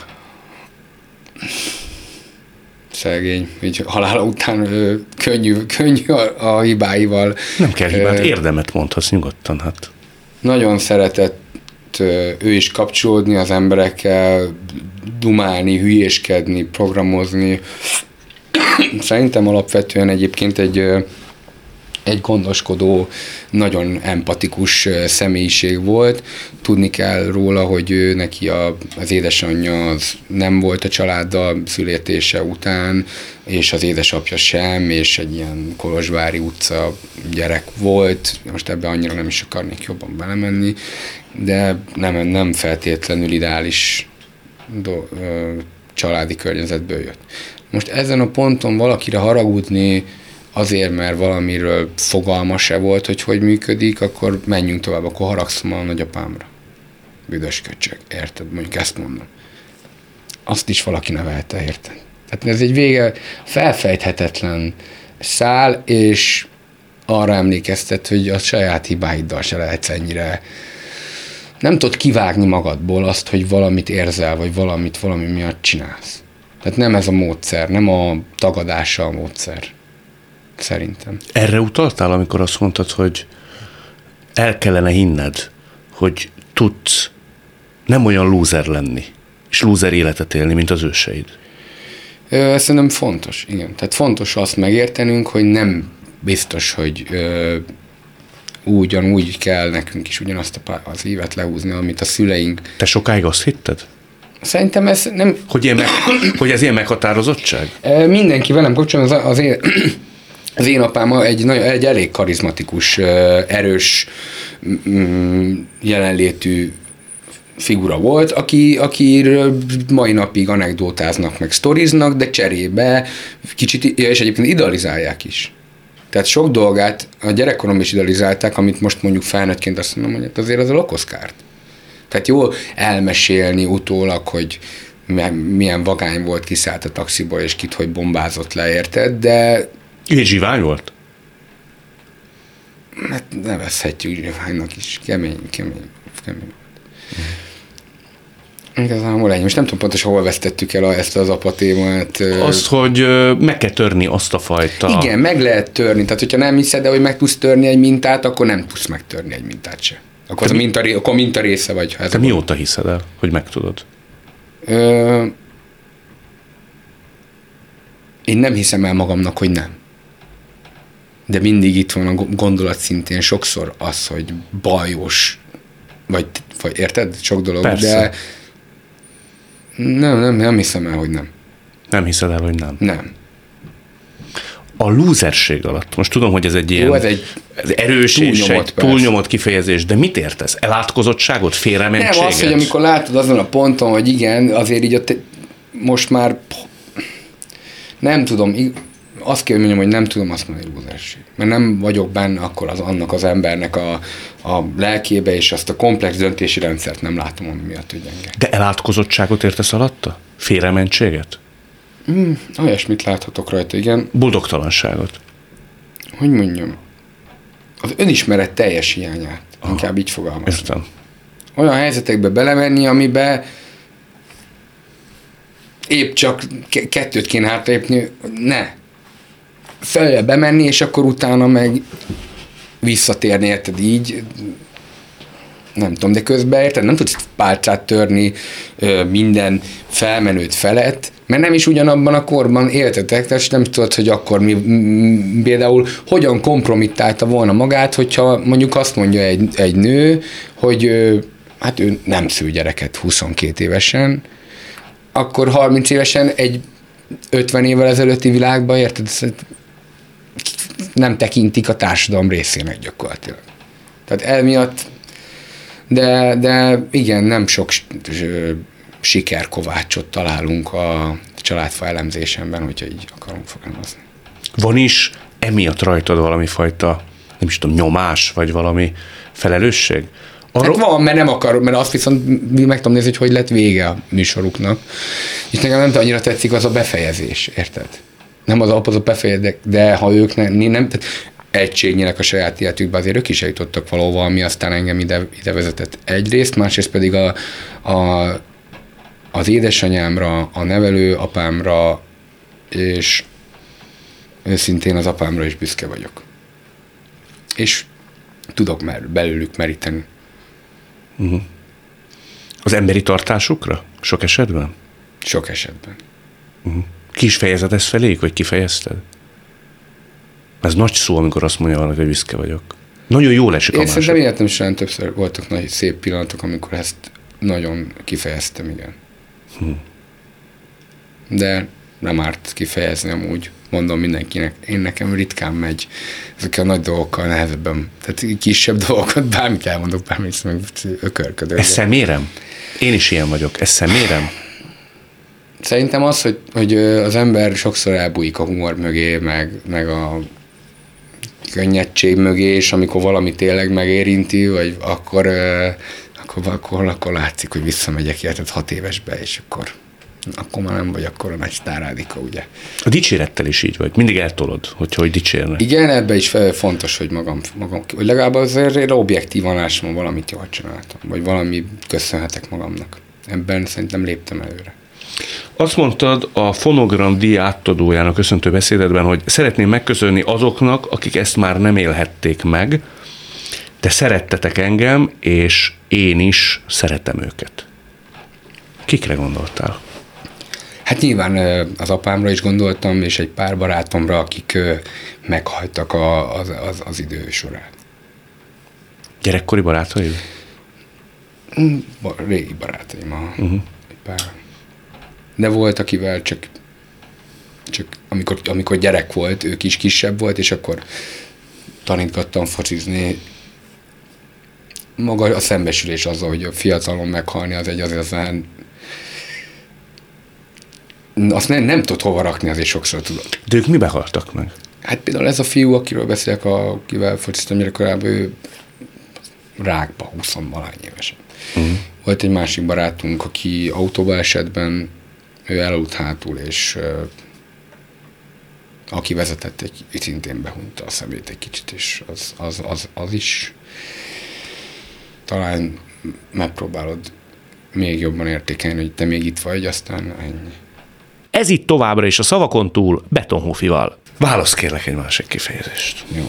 Szegény, így halála után könnyű a hibáival. Nem kell hibát, érdemet mondhatsz nyugodtan. Hát. Nagyon szeretett ő is kapcsolódni az emberekkel, dumálni, hülyéskedni, programozni. Szerintem alapvetően egyébként egy gondoskodó, nagyon empatikus személyiség volt. Tudni kell róla, hogy ő neki az édesanyja az nem volt a családdal születése után, és az édesapja sem, és egy ilyen kolozsvári utca gyerek volt. Most ebbe annyira nem is akarnék jobban belemenni, de nem feltétlenül ideális családi környezetből jött. Most ezen a ponton valakire haragudni, azért, mert valamiről fogalma se volt, hogy működik, akkor menjünk tovább, akkor haragszom a nagyapámra. Büdös köcsög, érted? Mondjuk ezt mondom. azt is valaki nevelte, érted? Tehát ez egy vége felfejthetetlen szál, és arra emlékeztet, hogy a saját hibáiddal se lehetsz ennyire. Nem tudod kivágni magadból azt, hogy valamit érzel, vagy valami miatt csinálsz. Tehát nem ez a módszer, nem a tagadása a módszer. Szerintem. Erre utaltál, amikor azt mondtad, hogy el kellene hinned, hogy tudsz nem olyan lúzer lenni, és lúzer életet élni, mint az őseid? Szerintem fontos, igen. Tehát fontos azt megértenünk, hogy nem biztos, hogy ugyanúgy kell nekünk is ugyanazt az évet lehúzni, amit a szüleink. Te sokáig azt hitted? Szerintem ez nem... Hogy ez ilyen meghatározottság? Mindenki velem kapcsolatban az én apám egy elég karizmatikus, erős jelenlétű figura volt, akiről mai napig anekdótáznak, meg sztoriznak, de cserébe kicsit, és egyébként idealizálják is. Tehát sok dolgát a gyerekkorom is idealizálták, amit most mondjuk felnőttként azt mondom, hogy azért az okoz kárt. Tehát jó elmesélni utólag, hogy milyen vagány volt, kiszállt a taxiból, és kit hogy bombázott le, érted, de... És zsivány volt? Hát nevezhetjük zsiványnak is. Kemény. Igazából ennyi. Most nem tudom pontosan, hol vesztettük el ezt az apa témát. Azt, hogy meg kell törni azt a fajta... Igen, meg lehet törni. Tehát, hogyha nem hiszed el, hogy meg tudsz törni egy mintát, akkor nem tudsz megtörni egy mintát se. Akkor a minta része vagy. Te mióta hiszed el, hogy meg tudod? Én nem hiszem el magamnak, hogy nem. De mindig itt van a gondolat szintén sokszor az, hogy bajos, vagy érted? Sok dolog, persze. De nem hiszem el, hogy nem. Nem hiszed el, hogy nem? Nem. A lúzerség alatt, most tudom, hogy ez egy ilyen erős és egy túlnyomott kifejezés, de mit értesz? Elátkozottságot, félrementséget? Nem, az, hogy amikor látod azon a ponton, hogy igen, azért így most már nem tudom, azt kell, hogy mondjam, hogy nem tudom azt mondani, hogy lúzerség. Mert nem vagyok benne akkor annak az embernek a lelkébe, és azt a komplex döntési rendszert nem látom, ami miatt, hogy gyenge. De elátkozottságot értesz alatta? Félrementséget? Olyasmit láthatok rajta, igen. Boldogtalanságot? Hogy mondjam? Az önismeret teljes hiányát. Inkább így fogalmazom. Értem. Olyan helyzetekbe belemenni, amiben épp csak kettőt kéne hátrépni, ne. Feljebb bemenni, és akkor utána meg visszatérni, érted így. Nem tudom, de közben érted, nem tudsz pálcát törni minden felmenőt felett, mert nem is ugyanabban a korban éltetek, tehát nem tudod, hogy akkor például hogyan kompromittálta volna magát, hogyha mondjuk azt mondja egy nő, hogy hát ő nem szül gyereket 22 évesen, akkor 30 évesen egy 50 évvel ezelőtti világban, érted, nem tekintik a társadalom részének gyakorlatilag. Tehát emiatt, de igen, nem sok sikerkovácsot találunk a családfa elemzésemben, hogyha így akarunk fogalmazni. Van is emiatt rajtad valami fajta, nem is tudom, nyomás, vagy valami felelősség? Hát van, mert nem akar, mert azt viszont meg tudom nézni, hogy lett vége a műsoruknak. És nekem nem annyira tetszik az a befejezés, érted? Nem az a befejezés, de ha ők nem tehát egységnyileg a saját életükben, azért ők is eljutottak valahova, ami aztán engem ide vezetett egyrészt, másrészt pedig az édesanyámra, a nevelő apámra, és őszintén az apámra is büszke vagyok. És tudok már belőlük meríteni. Uh-huh. Az emberi tartásukra? Sok esetben? Sok esetben. Uh-huh. Ki is fejezed ezt feléjük, vagy kifejezted? Ez nagy szó, amikor azt mondja valaki, hogy büszke vagyok. Nagyon jól esik a másik. Én szerintem életem során többször voltak nagy szép pillanatok, amikor ezt nagyon kifejeztem, igen. De nem árt kifejezni amúgy. Mondom mindenkinek, én nekem ritkán megy ezekkel a nagy dolgokkal nehezebben. Tehát kisebb dolgokat, bármit elmondok, bármit meg ökörködök. Ezt szemérem? Én is ilyen vagyok. Ezt szemérem? Szerintem az, hogy az ember sokszor elbújik a humor mögé, meg a könnyedség mögé, és amikor valami tényleg megérinti, vagy akkor látszik, hogy visszamegyek, érted 6 évesbe, és akkor akkor már nem vagy akkora nagy sztárádika, ugye. A dicsérettel is így vagy. Mindig eltolod, hogy dicsérnek. Igen, ebben is fontos, hogy magam hogy legalább azért objektívan lássam, valamit jól csináltam, vagy valami köszönhetek magamnak. Ebben szerintem léptem előre. Azt mondtad a Fonogram díj átadójának köszöntő beszédedben, hogy szeretném megköszönni azoknak, akik ezt már nem élhették meg, de szerettetek engem, és én is szeretem őket. Kikre gondoltál? Hát nyilván az apámra is gondoltam, és egy pár barátomra, akik meghaltak az idő során. Gyerekkori barátaid? Régi barátaim, egy pár. De volt, akivel csak amikor gyerek volt, ő is kisebb volt, és akkor tanítgattam focizni. Maga a szembesülés azzal, hogy a fiatalon meghalni, az azt nem tud hova rakni, azért sokszor tudod. De ők mibe haltak meg? Hát például ez a fiú, akiről beszélek, akivel fociztam gyerekkorában, ő rákba, 20-valány évesen. Volt egy másik barátunk, aki autóba esetben, ő elaludt hátul, és aki vezetett, szintén behunta a szemét egy kicsit, és az is talán megpróbálod még jobban értékelni, hogy te még itt vagy, aztán ennyi. Ez itt továbbra is a szavakon túl Betonhófival. Válasz kérlek egy másik kifejezést. Jó.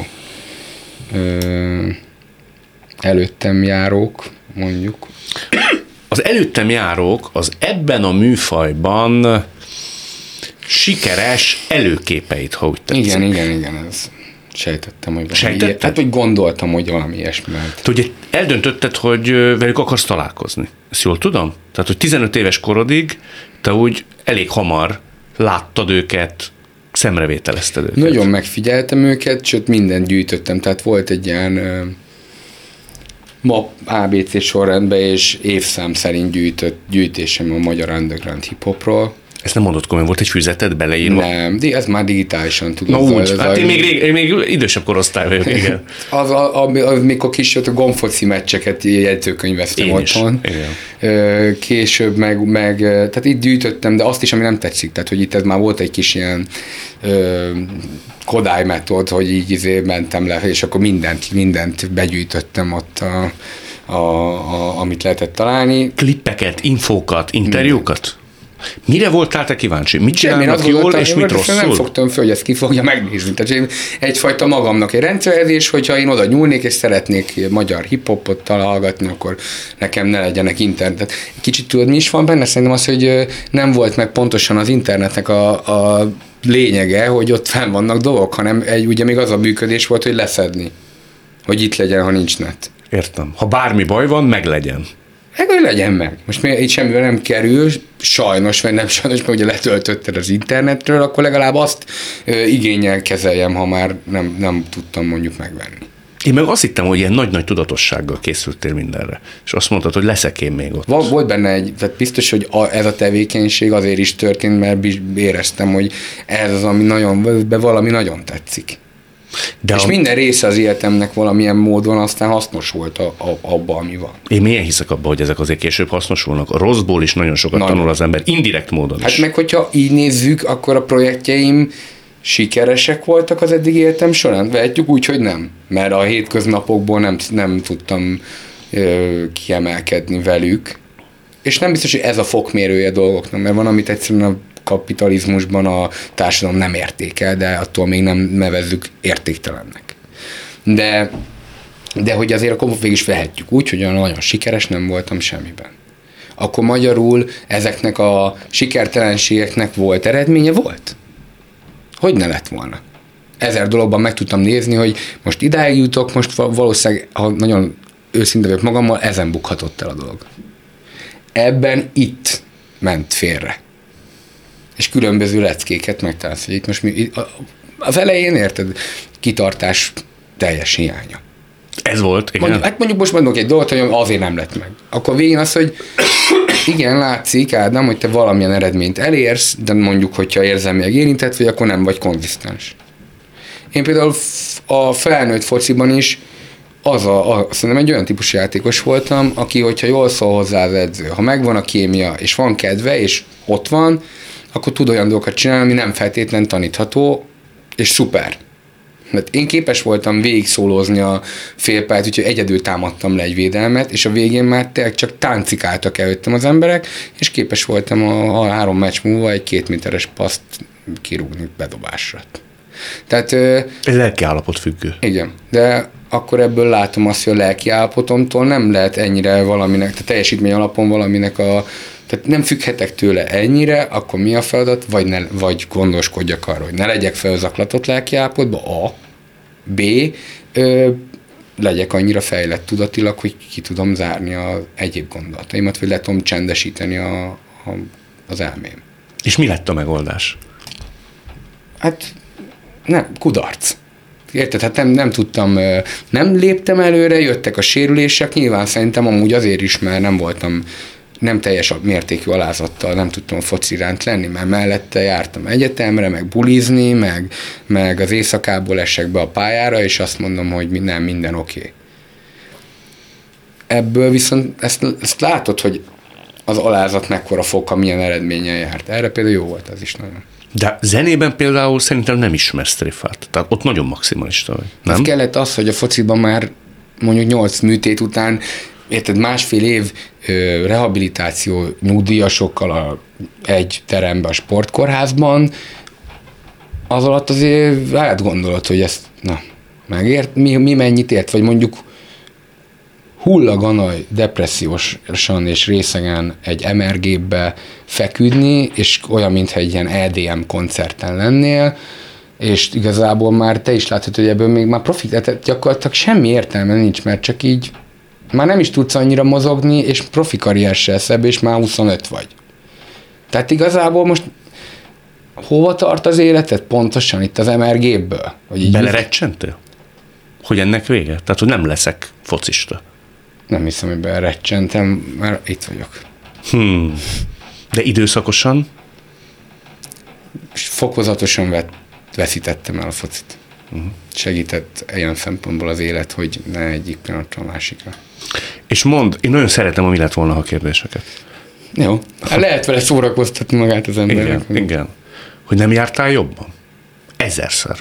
Előttem járók, mondjuk. Az előttem járók az ebben a műfajban sikeres előképeit, ha úgy tetszik. Igen, ez sejtettem, hogy Sejtetted? Hát, hogy gondoltam, hogy valami ilyesmi. Te ugye eldöntötted, hogy velük akarsz találkozni. Ezt jól tudom? Tehát, hogy 15 éves korodig te úgy elég hamar láttad őket, szemrevételezted őket. Nagyon megfigyeltem őket, sőt mindent gyűjtöttem. Tehát volt egy ilyen ABC sorrendben, és évszám szerint gyűjtésem a magyar underground hip-hopról. Ezt nem mondod komolyan, volt egy füzeted beleírva? Nem, de ez már digitálisan tudod. Na úgy, hát én még idősebb korosztály vagyok, igen. Mikor kis volt, a gomfoci meccseket jegyzőkönyveztem otthon. Később meg, tehát itt gyűjtöttem, de azt is, ami nem tetszik, tehát hogy itt ez már volt egy kis ilyen Kodály metód, hogy így mentem le, és akkor mindent begyűjtöttem ott, amit lehetett találni. Klippeket, infókat, interjúkat? Mire voltál te kíváncsi? Mit csinálnak jól, és mit rosszul? Nem fogtam föl, hogy ezt ki fogja megnézni. Tehát én egyfajta magamnak egy rendszerezés, hogyha én oda nyúlnék, és szeretnék magyar hip-hopot hallgatni, akkor nekem ne legyenek internet. Kicsit tudod, mi is van benne? Szerintem az, hogy nem volt meg pontosan az internetnek a lényege, hogy ott fenn vannak dolgok, hanem ugye még az a működés volt, hogy leszedni. Hogy itt legyen, ha nincs net. Értem. Ha bármi baj van, meg legyen. Meg hogy legyen meg. Most még itt semmivel nem kerül, sajnos, vagy nem sajnos, mert ugye letöltötted az internetről, akkor legalább azt igénnyel kezeljem, ha már nem tudtam mondjuk megvenni. Én meg azt hittem, hogy ilyen nagy-nagy tudatossággal készültél mindenre. És azt mondtad, hogy leszek én még ott. Volt benne tehát biztos, hogy ez a tevékenység azért is történt, mert éreztem, hogy ez az, ami valami nagyon tetszik. És minden része az életemnek valamilyen módon aztán hasznos volt abban, ami van. Én mélyen hiszek abban, hogy ezek azért később hasznosulnak. A rosszból is nagyon sokat tanul az ember, indirekt módon is. Hát meg, hogyha így nézzük, akkor a projektjeim sikeresek voltak az eddig életem során. Vehetjük úgy, hogy nem. Mert a hétköznapokból nem tudtam kiemelkedni velük. És nem biztos, hogy ez a fokmérője dolgoknak, mert van, amit egyszerűen a kapitalizmusban a társadalom nem értékel, de attól még nem nevezzük értéktelennek. De hogy azért akkor végig is vehetjük úgy, hogy nagyon sikeres nem voltam semmiben. Akkor magyarul ezeknek a sikertelenségeknek volt eredménye? Volt. Hogy ne lett volna? 1000 dologban meg tudtam nézni, hogy most idáig jutok, most valószínűleg, ha nagyon őszinte vagyok magammal, ezen bukhatott el a dolog. Ebben itt ment félre. És különböző leckéket megtalálsz, hogy itt most az elején, érted, kitartás teljes hiánya. Ez volt, igen. Mondjuk most mondok egy dolgot, hogy azért nem lett meg. Akkor végén az, hogy igen, látszik, Ádám, hogy te valamilyen eredményt elérsz, de mondjuk, hogyha érzelmileg érintett vagy, akkor nem vagy konzisztens. Én például a felnőtt fociban is szerintem egy olyan típusú játékos voltam, aki, hogyha jól szól hozzá az edző, ha megvan a kémia, és van kedve, és ott van, akkor tud olyan dolgokat csinálni, ami nem feltétlen tanítható, és szuper. Mert én képes voltam végigszólózni a félpályát, úgyhogy egyedül támadtam le egy védelmet, és a végén már tényleg csak táncikáltak előttem az emberek, és képes voltam a 3 meccs múlva egy 2 méteres paszt kirúgni bedobásra. Tehát, ez lelkiállapot függő. Igen, de akkor ebből látom azt, hogy a lelkiállapotomtól nem lehet ennyire valaminek, tehát teljesítmény alapon valaminek tehát nem függhetek tőle ennyire, akkor mi a feladat, vagy gondoskodjak arra, hogy ne legyek felzaklatott lelkiállapotba, A, B, legyek annyira fejlett tudatilag, hogy ki tudom zárni az egyéb gondolataimat, vagy le tudom csendesíteni az elmém. És mi lett a megoldás? Hát nem, kudarc. Érted? Hát nem tudtam, nem léptem előre, jöttek a sérülések, nyilván szerintem amúgy azért is, mert nem teljes mértékű alázattal nem tudtam a foci iránt lenni, mert mellette jártam egyetemre, meg bulizni, meg az éjszakából esek be a pályára, és azt mondom, hogy minden oké. Ebből viszont ezt látod, hogy az alázat mekkora foka, milyen eredménnyel járt. Erre például jó volt az is nagyon. De zenében például szerintem nem ismersz tréfát. Tehát ott nagyon maximalista vagy. Nem? Ez kellett az, hogy a fociban már mondjuk 8 műtét után, érted, másfél év rehabilitáció nyugdíjasokkal egy teremben a sportkórházban, az alatt azért átgondolod, hogy ezt, megért, mi mennyit ért, vagy mondjuk hullaganaj depressziósan és részegen egy MR-gépbe feküdni, és olyan, mintha egy ilyen EDM koncerten lennél, és igazából már te is látod, hogy ebből még már tehát gyakorlatilag semmi értelme nincs, mert csak így már nem is tudsz annyira mozogni, és profi karrier se szebb, és már 25 vagy. Tehát igazából most hova tart az életed pontosan itt az MR-gépből? Belerecsentél? Hogy ennek vége? Tehát, hogy nem leszek focista. Nem hiszem, hogy belerecsentem, mert itt vagyok. De időszakosan? Fokozatosan veszítettem el a focit. Segített ilyen szempontból az élet, hogy ne egyik pillanatról a másikra. És mondd, én nagyon szeretem a mi lett volna a kérdéseket. Jó. Lehet vele szórakoztatni magát az embernek. Igen. Hogy nem jártál jobban? 1000-szer.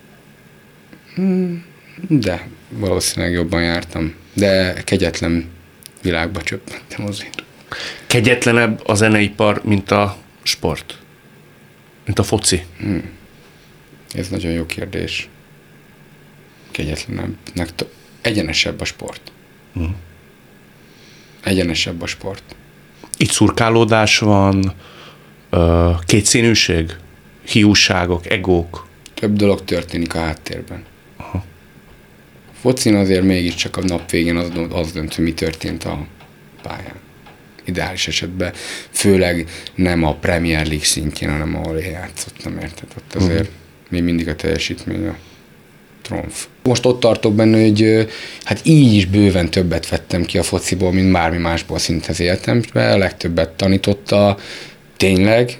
De valószínűleg jobban jártam. De kegyetlen világba csöppentem azért. Kegyetlenebb a zeneipar, mint a sport? Mint a foci? Ez nagyon jó kérdés. Kegyetlenebbnek. Egyenesebb a sport. Egyenesebb a sport. Itt szurkálódás van, kétszínűség, hiúságok, egók. Több dolog történik a háttérben. Aha. Focin azért mégiscsak a nap végén az dönt, hogy mi történt a pályán. Ideális esetben, főleg nem a Premier League szintjén, hanem ahol én játszottam, érted? Ott azért még mindig a teljesítmény a tromf. Most ott tartok benne, hogy hát így is bőven többet vettem ki a fociból, mint bármi másból szinte az életemben. A legtöbbet tanította, tényleg.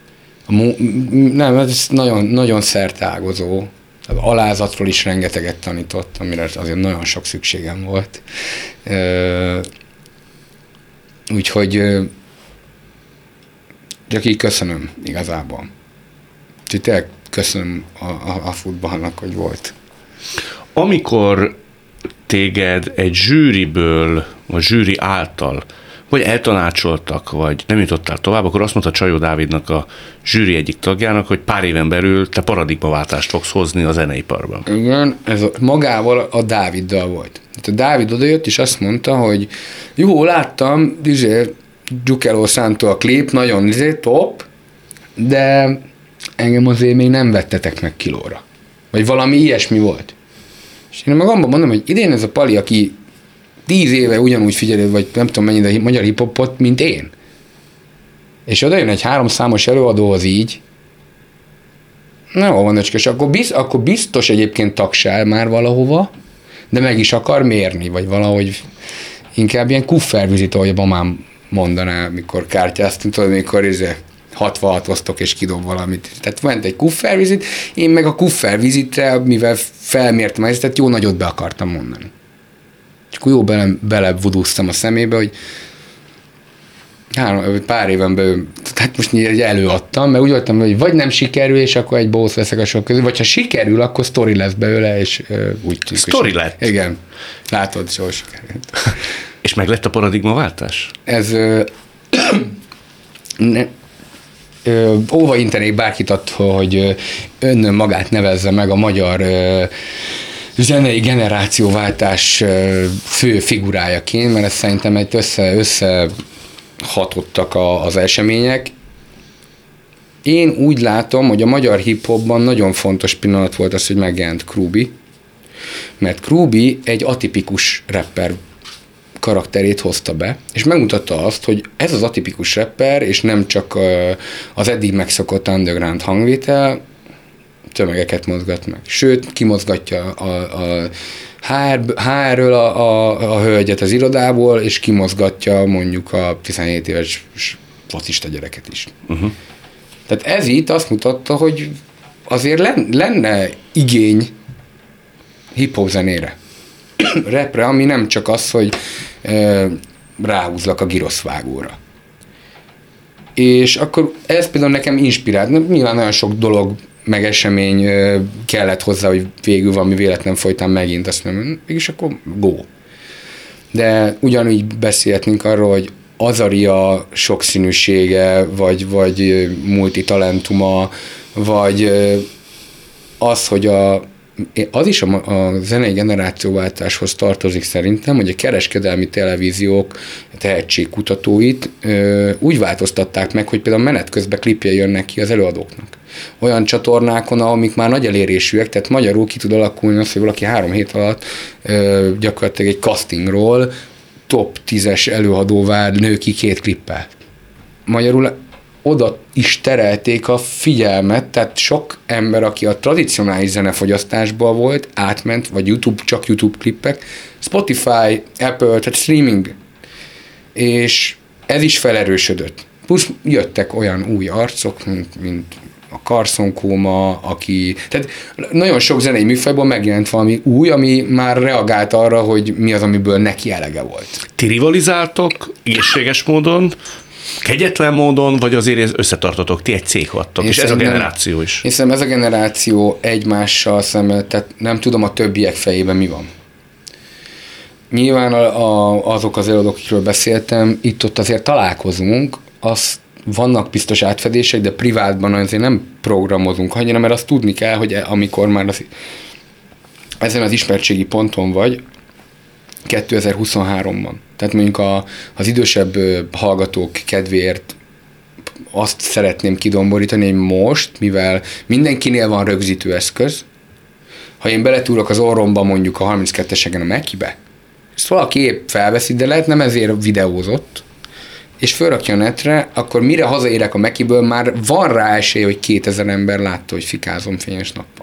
Nem, ez nagyon, nagyon szerteágazó. Az alázatról is rengeteget tanított, amire azért nagyon sok szükségem volt. Úgyhogy csak így köszönöm igazából. Úgyhogy tényleg köszönöm a futballnak, hogy volt. Amikor téged egy zsűriből, vagy zsűri által, vagy eltanácsoltak, vagy nem jutottál tovább, akkor azt mondta Csajó Dávidnak, a zsűri egyik tagjának, hogy pár éven belül te paradigmaváltást fogsz hozni a zeneiparban. Igen, ez magával a Dáviddal volt. A Dávid odajött, és azt mondta, hogy jó, láttam, Giukello Santo a klip, nagyon top, de engem azért még nem vettetek meg kilóra. Vagy valami ilyesmi volt. És én meg abban mondom, hogy idén ez a Pali, aki 10 éve ugyanúgy figyelő, vagy nem tudom mennyi, de magyar hiphopot, mint én. És oda jön egy 3 számos előadóhoz így, na jó van, és akkor biztos egyébként tagsál már valahova, de meg is akar mérni, vagy valahogy inkább ilyen kuffervizit, ahogy a mamám mondaná, mikor kártyáztunk, tudod, mikor 66-osztok és kidob valamit. Tehát ment egy kuffervizit, én meg a kuffervizitre, mivel felmértem ezt, tehát jó nagyot be akartam mondani. És akkor jó belevudúztam a szemébe, hogy pár éven belül, tehát most így előadtam, mert úgy voltam, hogy vagy nem sikerül, és akkor egy bósz veszek a sok közül, vagy ha sikerül, akkor sztori lesz belőle, és úgy tűnik. Sztori lett? Igen. Látod, jól sikerült. És meg lett a paradigmaváltás? Ez óva intenék bárkit attól, hogy önnön magát nevezze meg a magyar zenei generációváltás fő figurájaként, mert ez szerintem egy összehatottak az események. Én úgy látom, hogy a magyar hip-hopban nagyon fontos pillanat volt az, hogy megjelent Krúbi, mert Krúbi egy atipikus rapper karakterét hozta be, és megmutatta azt, hogy ez az atipikus rapper, és nem csak az eddig megszokott underground hangvétel, tömegeket mozgat meg. Sőt, kimozgatja a HR-ről a hölgyet az irodából, és kimozgatja mondjuk a 17 éves focista gyereket is. Uh-huh. Tehát ez itt azt mutatta, hogy azért lenne igény hip-hop zenére. Rapre, ami nem csak az, hogy ráhúzlak a giroszvágóra. És akkor ez például nekem inspirált. Nyilván nagyon sok dolog meg esemény kellett hozzá, hogy végül valami véletlen folytán megint azt mondom, mégis akkor go. De ugyanúgy beszélhetnénk arról, hogy Azaria sokszínűsége, vagy multitalentuma, vagy az, hogy az is a zenei generációváltáshoz tartozik szerintem, hogy a kereskedelmi televíziók tehetségkutatóit úgy változtatták meg, hogy például menet közben klipje jönnek ki az előadóknak. Olyan csatornákon, amik már nagy elérésűek, tehát magyarul ki tud alakulni az, hogy valaki 3 hét alatt gyakorlatilag egy castingról top 10-es előadóvá nő ki 2 klippel. Magyarul oda is terelték a figyelmet, tehát sok ember, aki a tradicionális zenefogyasztásban volt, átment, vagy YouTube, csak YouTube klippek, Spotify, Apple, tehát streaming. És ez is felerősödött. Plusz jöttek olyan új arcok, mint a Carson Koma, aki... Tehát nagyon sok zenei műfajból megjelent valami új, ami már reagált arra, hogy mi az, amiből neki elege volt. Ti rivalizáltok egészséges módon, kegyetlen módon, vagy azért összetartotok, ti egy cég vagytok, és ez a generáció is. Hiszem ez a generáció egymással szemben, tehát nem tudom a többiek fejében mi van. Nyilván azok az előadók, akikről beszéltem, itt-ott azért találkozunk, vannak biztos átfedések, de privátban azért nem programozunk annyira, mert azt tudni kell, hogy amikor már ezen az ismertségi ponton vagy, 2023-ban. Tehát mondjuk az idősebb hallgatók kedvéért azt szeretném kidomborítani, hogy most, mivel mindenkinél van rögzítő eszköz, ha én beletúrok az orromba mondjuk a 32-eseken a Mekibe, ezt valaki épp felveszi, de lehet nem ezért videózott, és fölrakja a netre, akkor mire hazaérek a Mekiből, már van rá esély, hogy 2000 ember látta, hogy fikázom fényes nappal.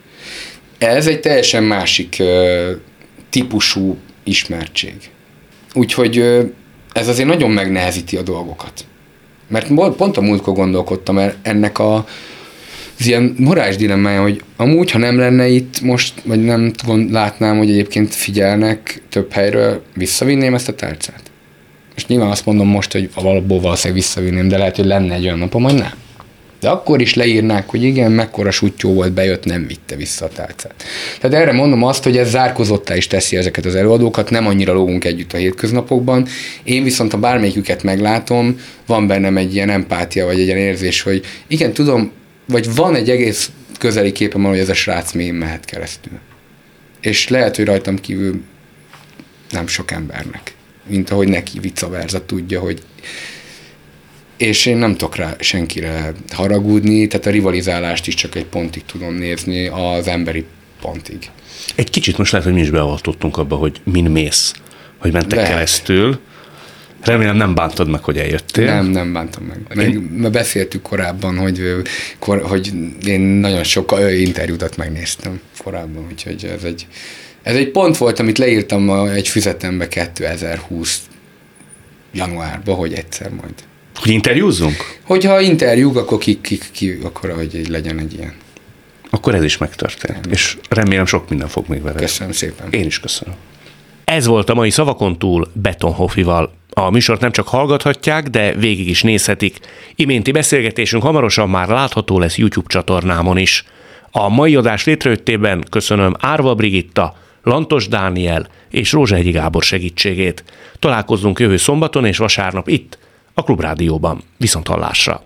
Ez egy teljesen másik típusú ismertség. Úgyhogy ez azért nagyon megnehezíti a dolgokat. Mert pont a múltkor gondolkodtam ennek az ilyen morális dilemmája, hogy amúgy, ha nem lenne itt most, vagy nem látnám, hogy egyébként figyelnek több helyről, visszavinném ezt a tárcát. És nyilván azt mondom most, hogy valószínűleg visszavinném, de lehet, hogy lenne egy olyan napom, hogy nem. De akkor is leírnák, hogy igen, mekkora sutyó volt, bejött, nem vitte vissza a tárcát. Tehát erre mondom azt, hogy ez zárkozottá is teszi ezeket az előadókat, nem annyira lógunk együtt a hétköznapokban. Én viszont, ha bármelyiküket meglátom, van bennem egy ilyen empátia, vagy egy ilyen érzés, hogy igen, tudom, vagy van egy egész közeli képem, hogy ez a srác mélyén mehet keresztül. És lehet, hogy rajtam kívül nem sok embernek, mint ahogy neki vice versa tudja, hogy és én nem tudok rá senkire haragudni, tehát a rivalizálást is csak egy pontig tudom nézni, az emberi pontig. Egy kicsit most lehet, hogy mi is beavatottunk abba, hogy min mész, hogy mentek keresztül. Remélem nem bántad meg, hogy eljöttél. Nem bántam meg. Mert beszéltük korábban, hogy én nagyon sok interjútat megnéztem korábban, úgyhogy ez egy pont volt, amit leírtam egy füzetembe 2020 januárban, hogy egyszer majd. Hogy interjúzzunk? Hogyha interjúk, akkor akkor hogy legyen egy ilyen. Akkor ez is megtörtént. És remélem sok minden fog még veled. Köszönöm szépen. Én is köszönöm. Ez volt a mai Szavakon túl Betonhoffival. A műsort nem csak hallgathatják, de végig is nézhetik. Iménti beszélgetésünk hamarosan már látható lesz YouTube csatornámon is. A mai adás létrejöttében köszönöm Árva Brigitta, Lantos Dániel és Rózsahegyi Gábor segítségét. Találkozzunk jövő szombaton és vasárnap itt, a Klubrádióban. Viszonthallásra!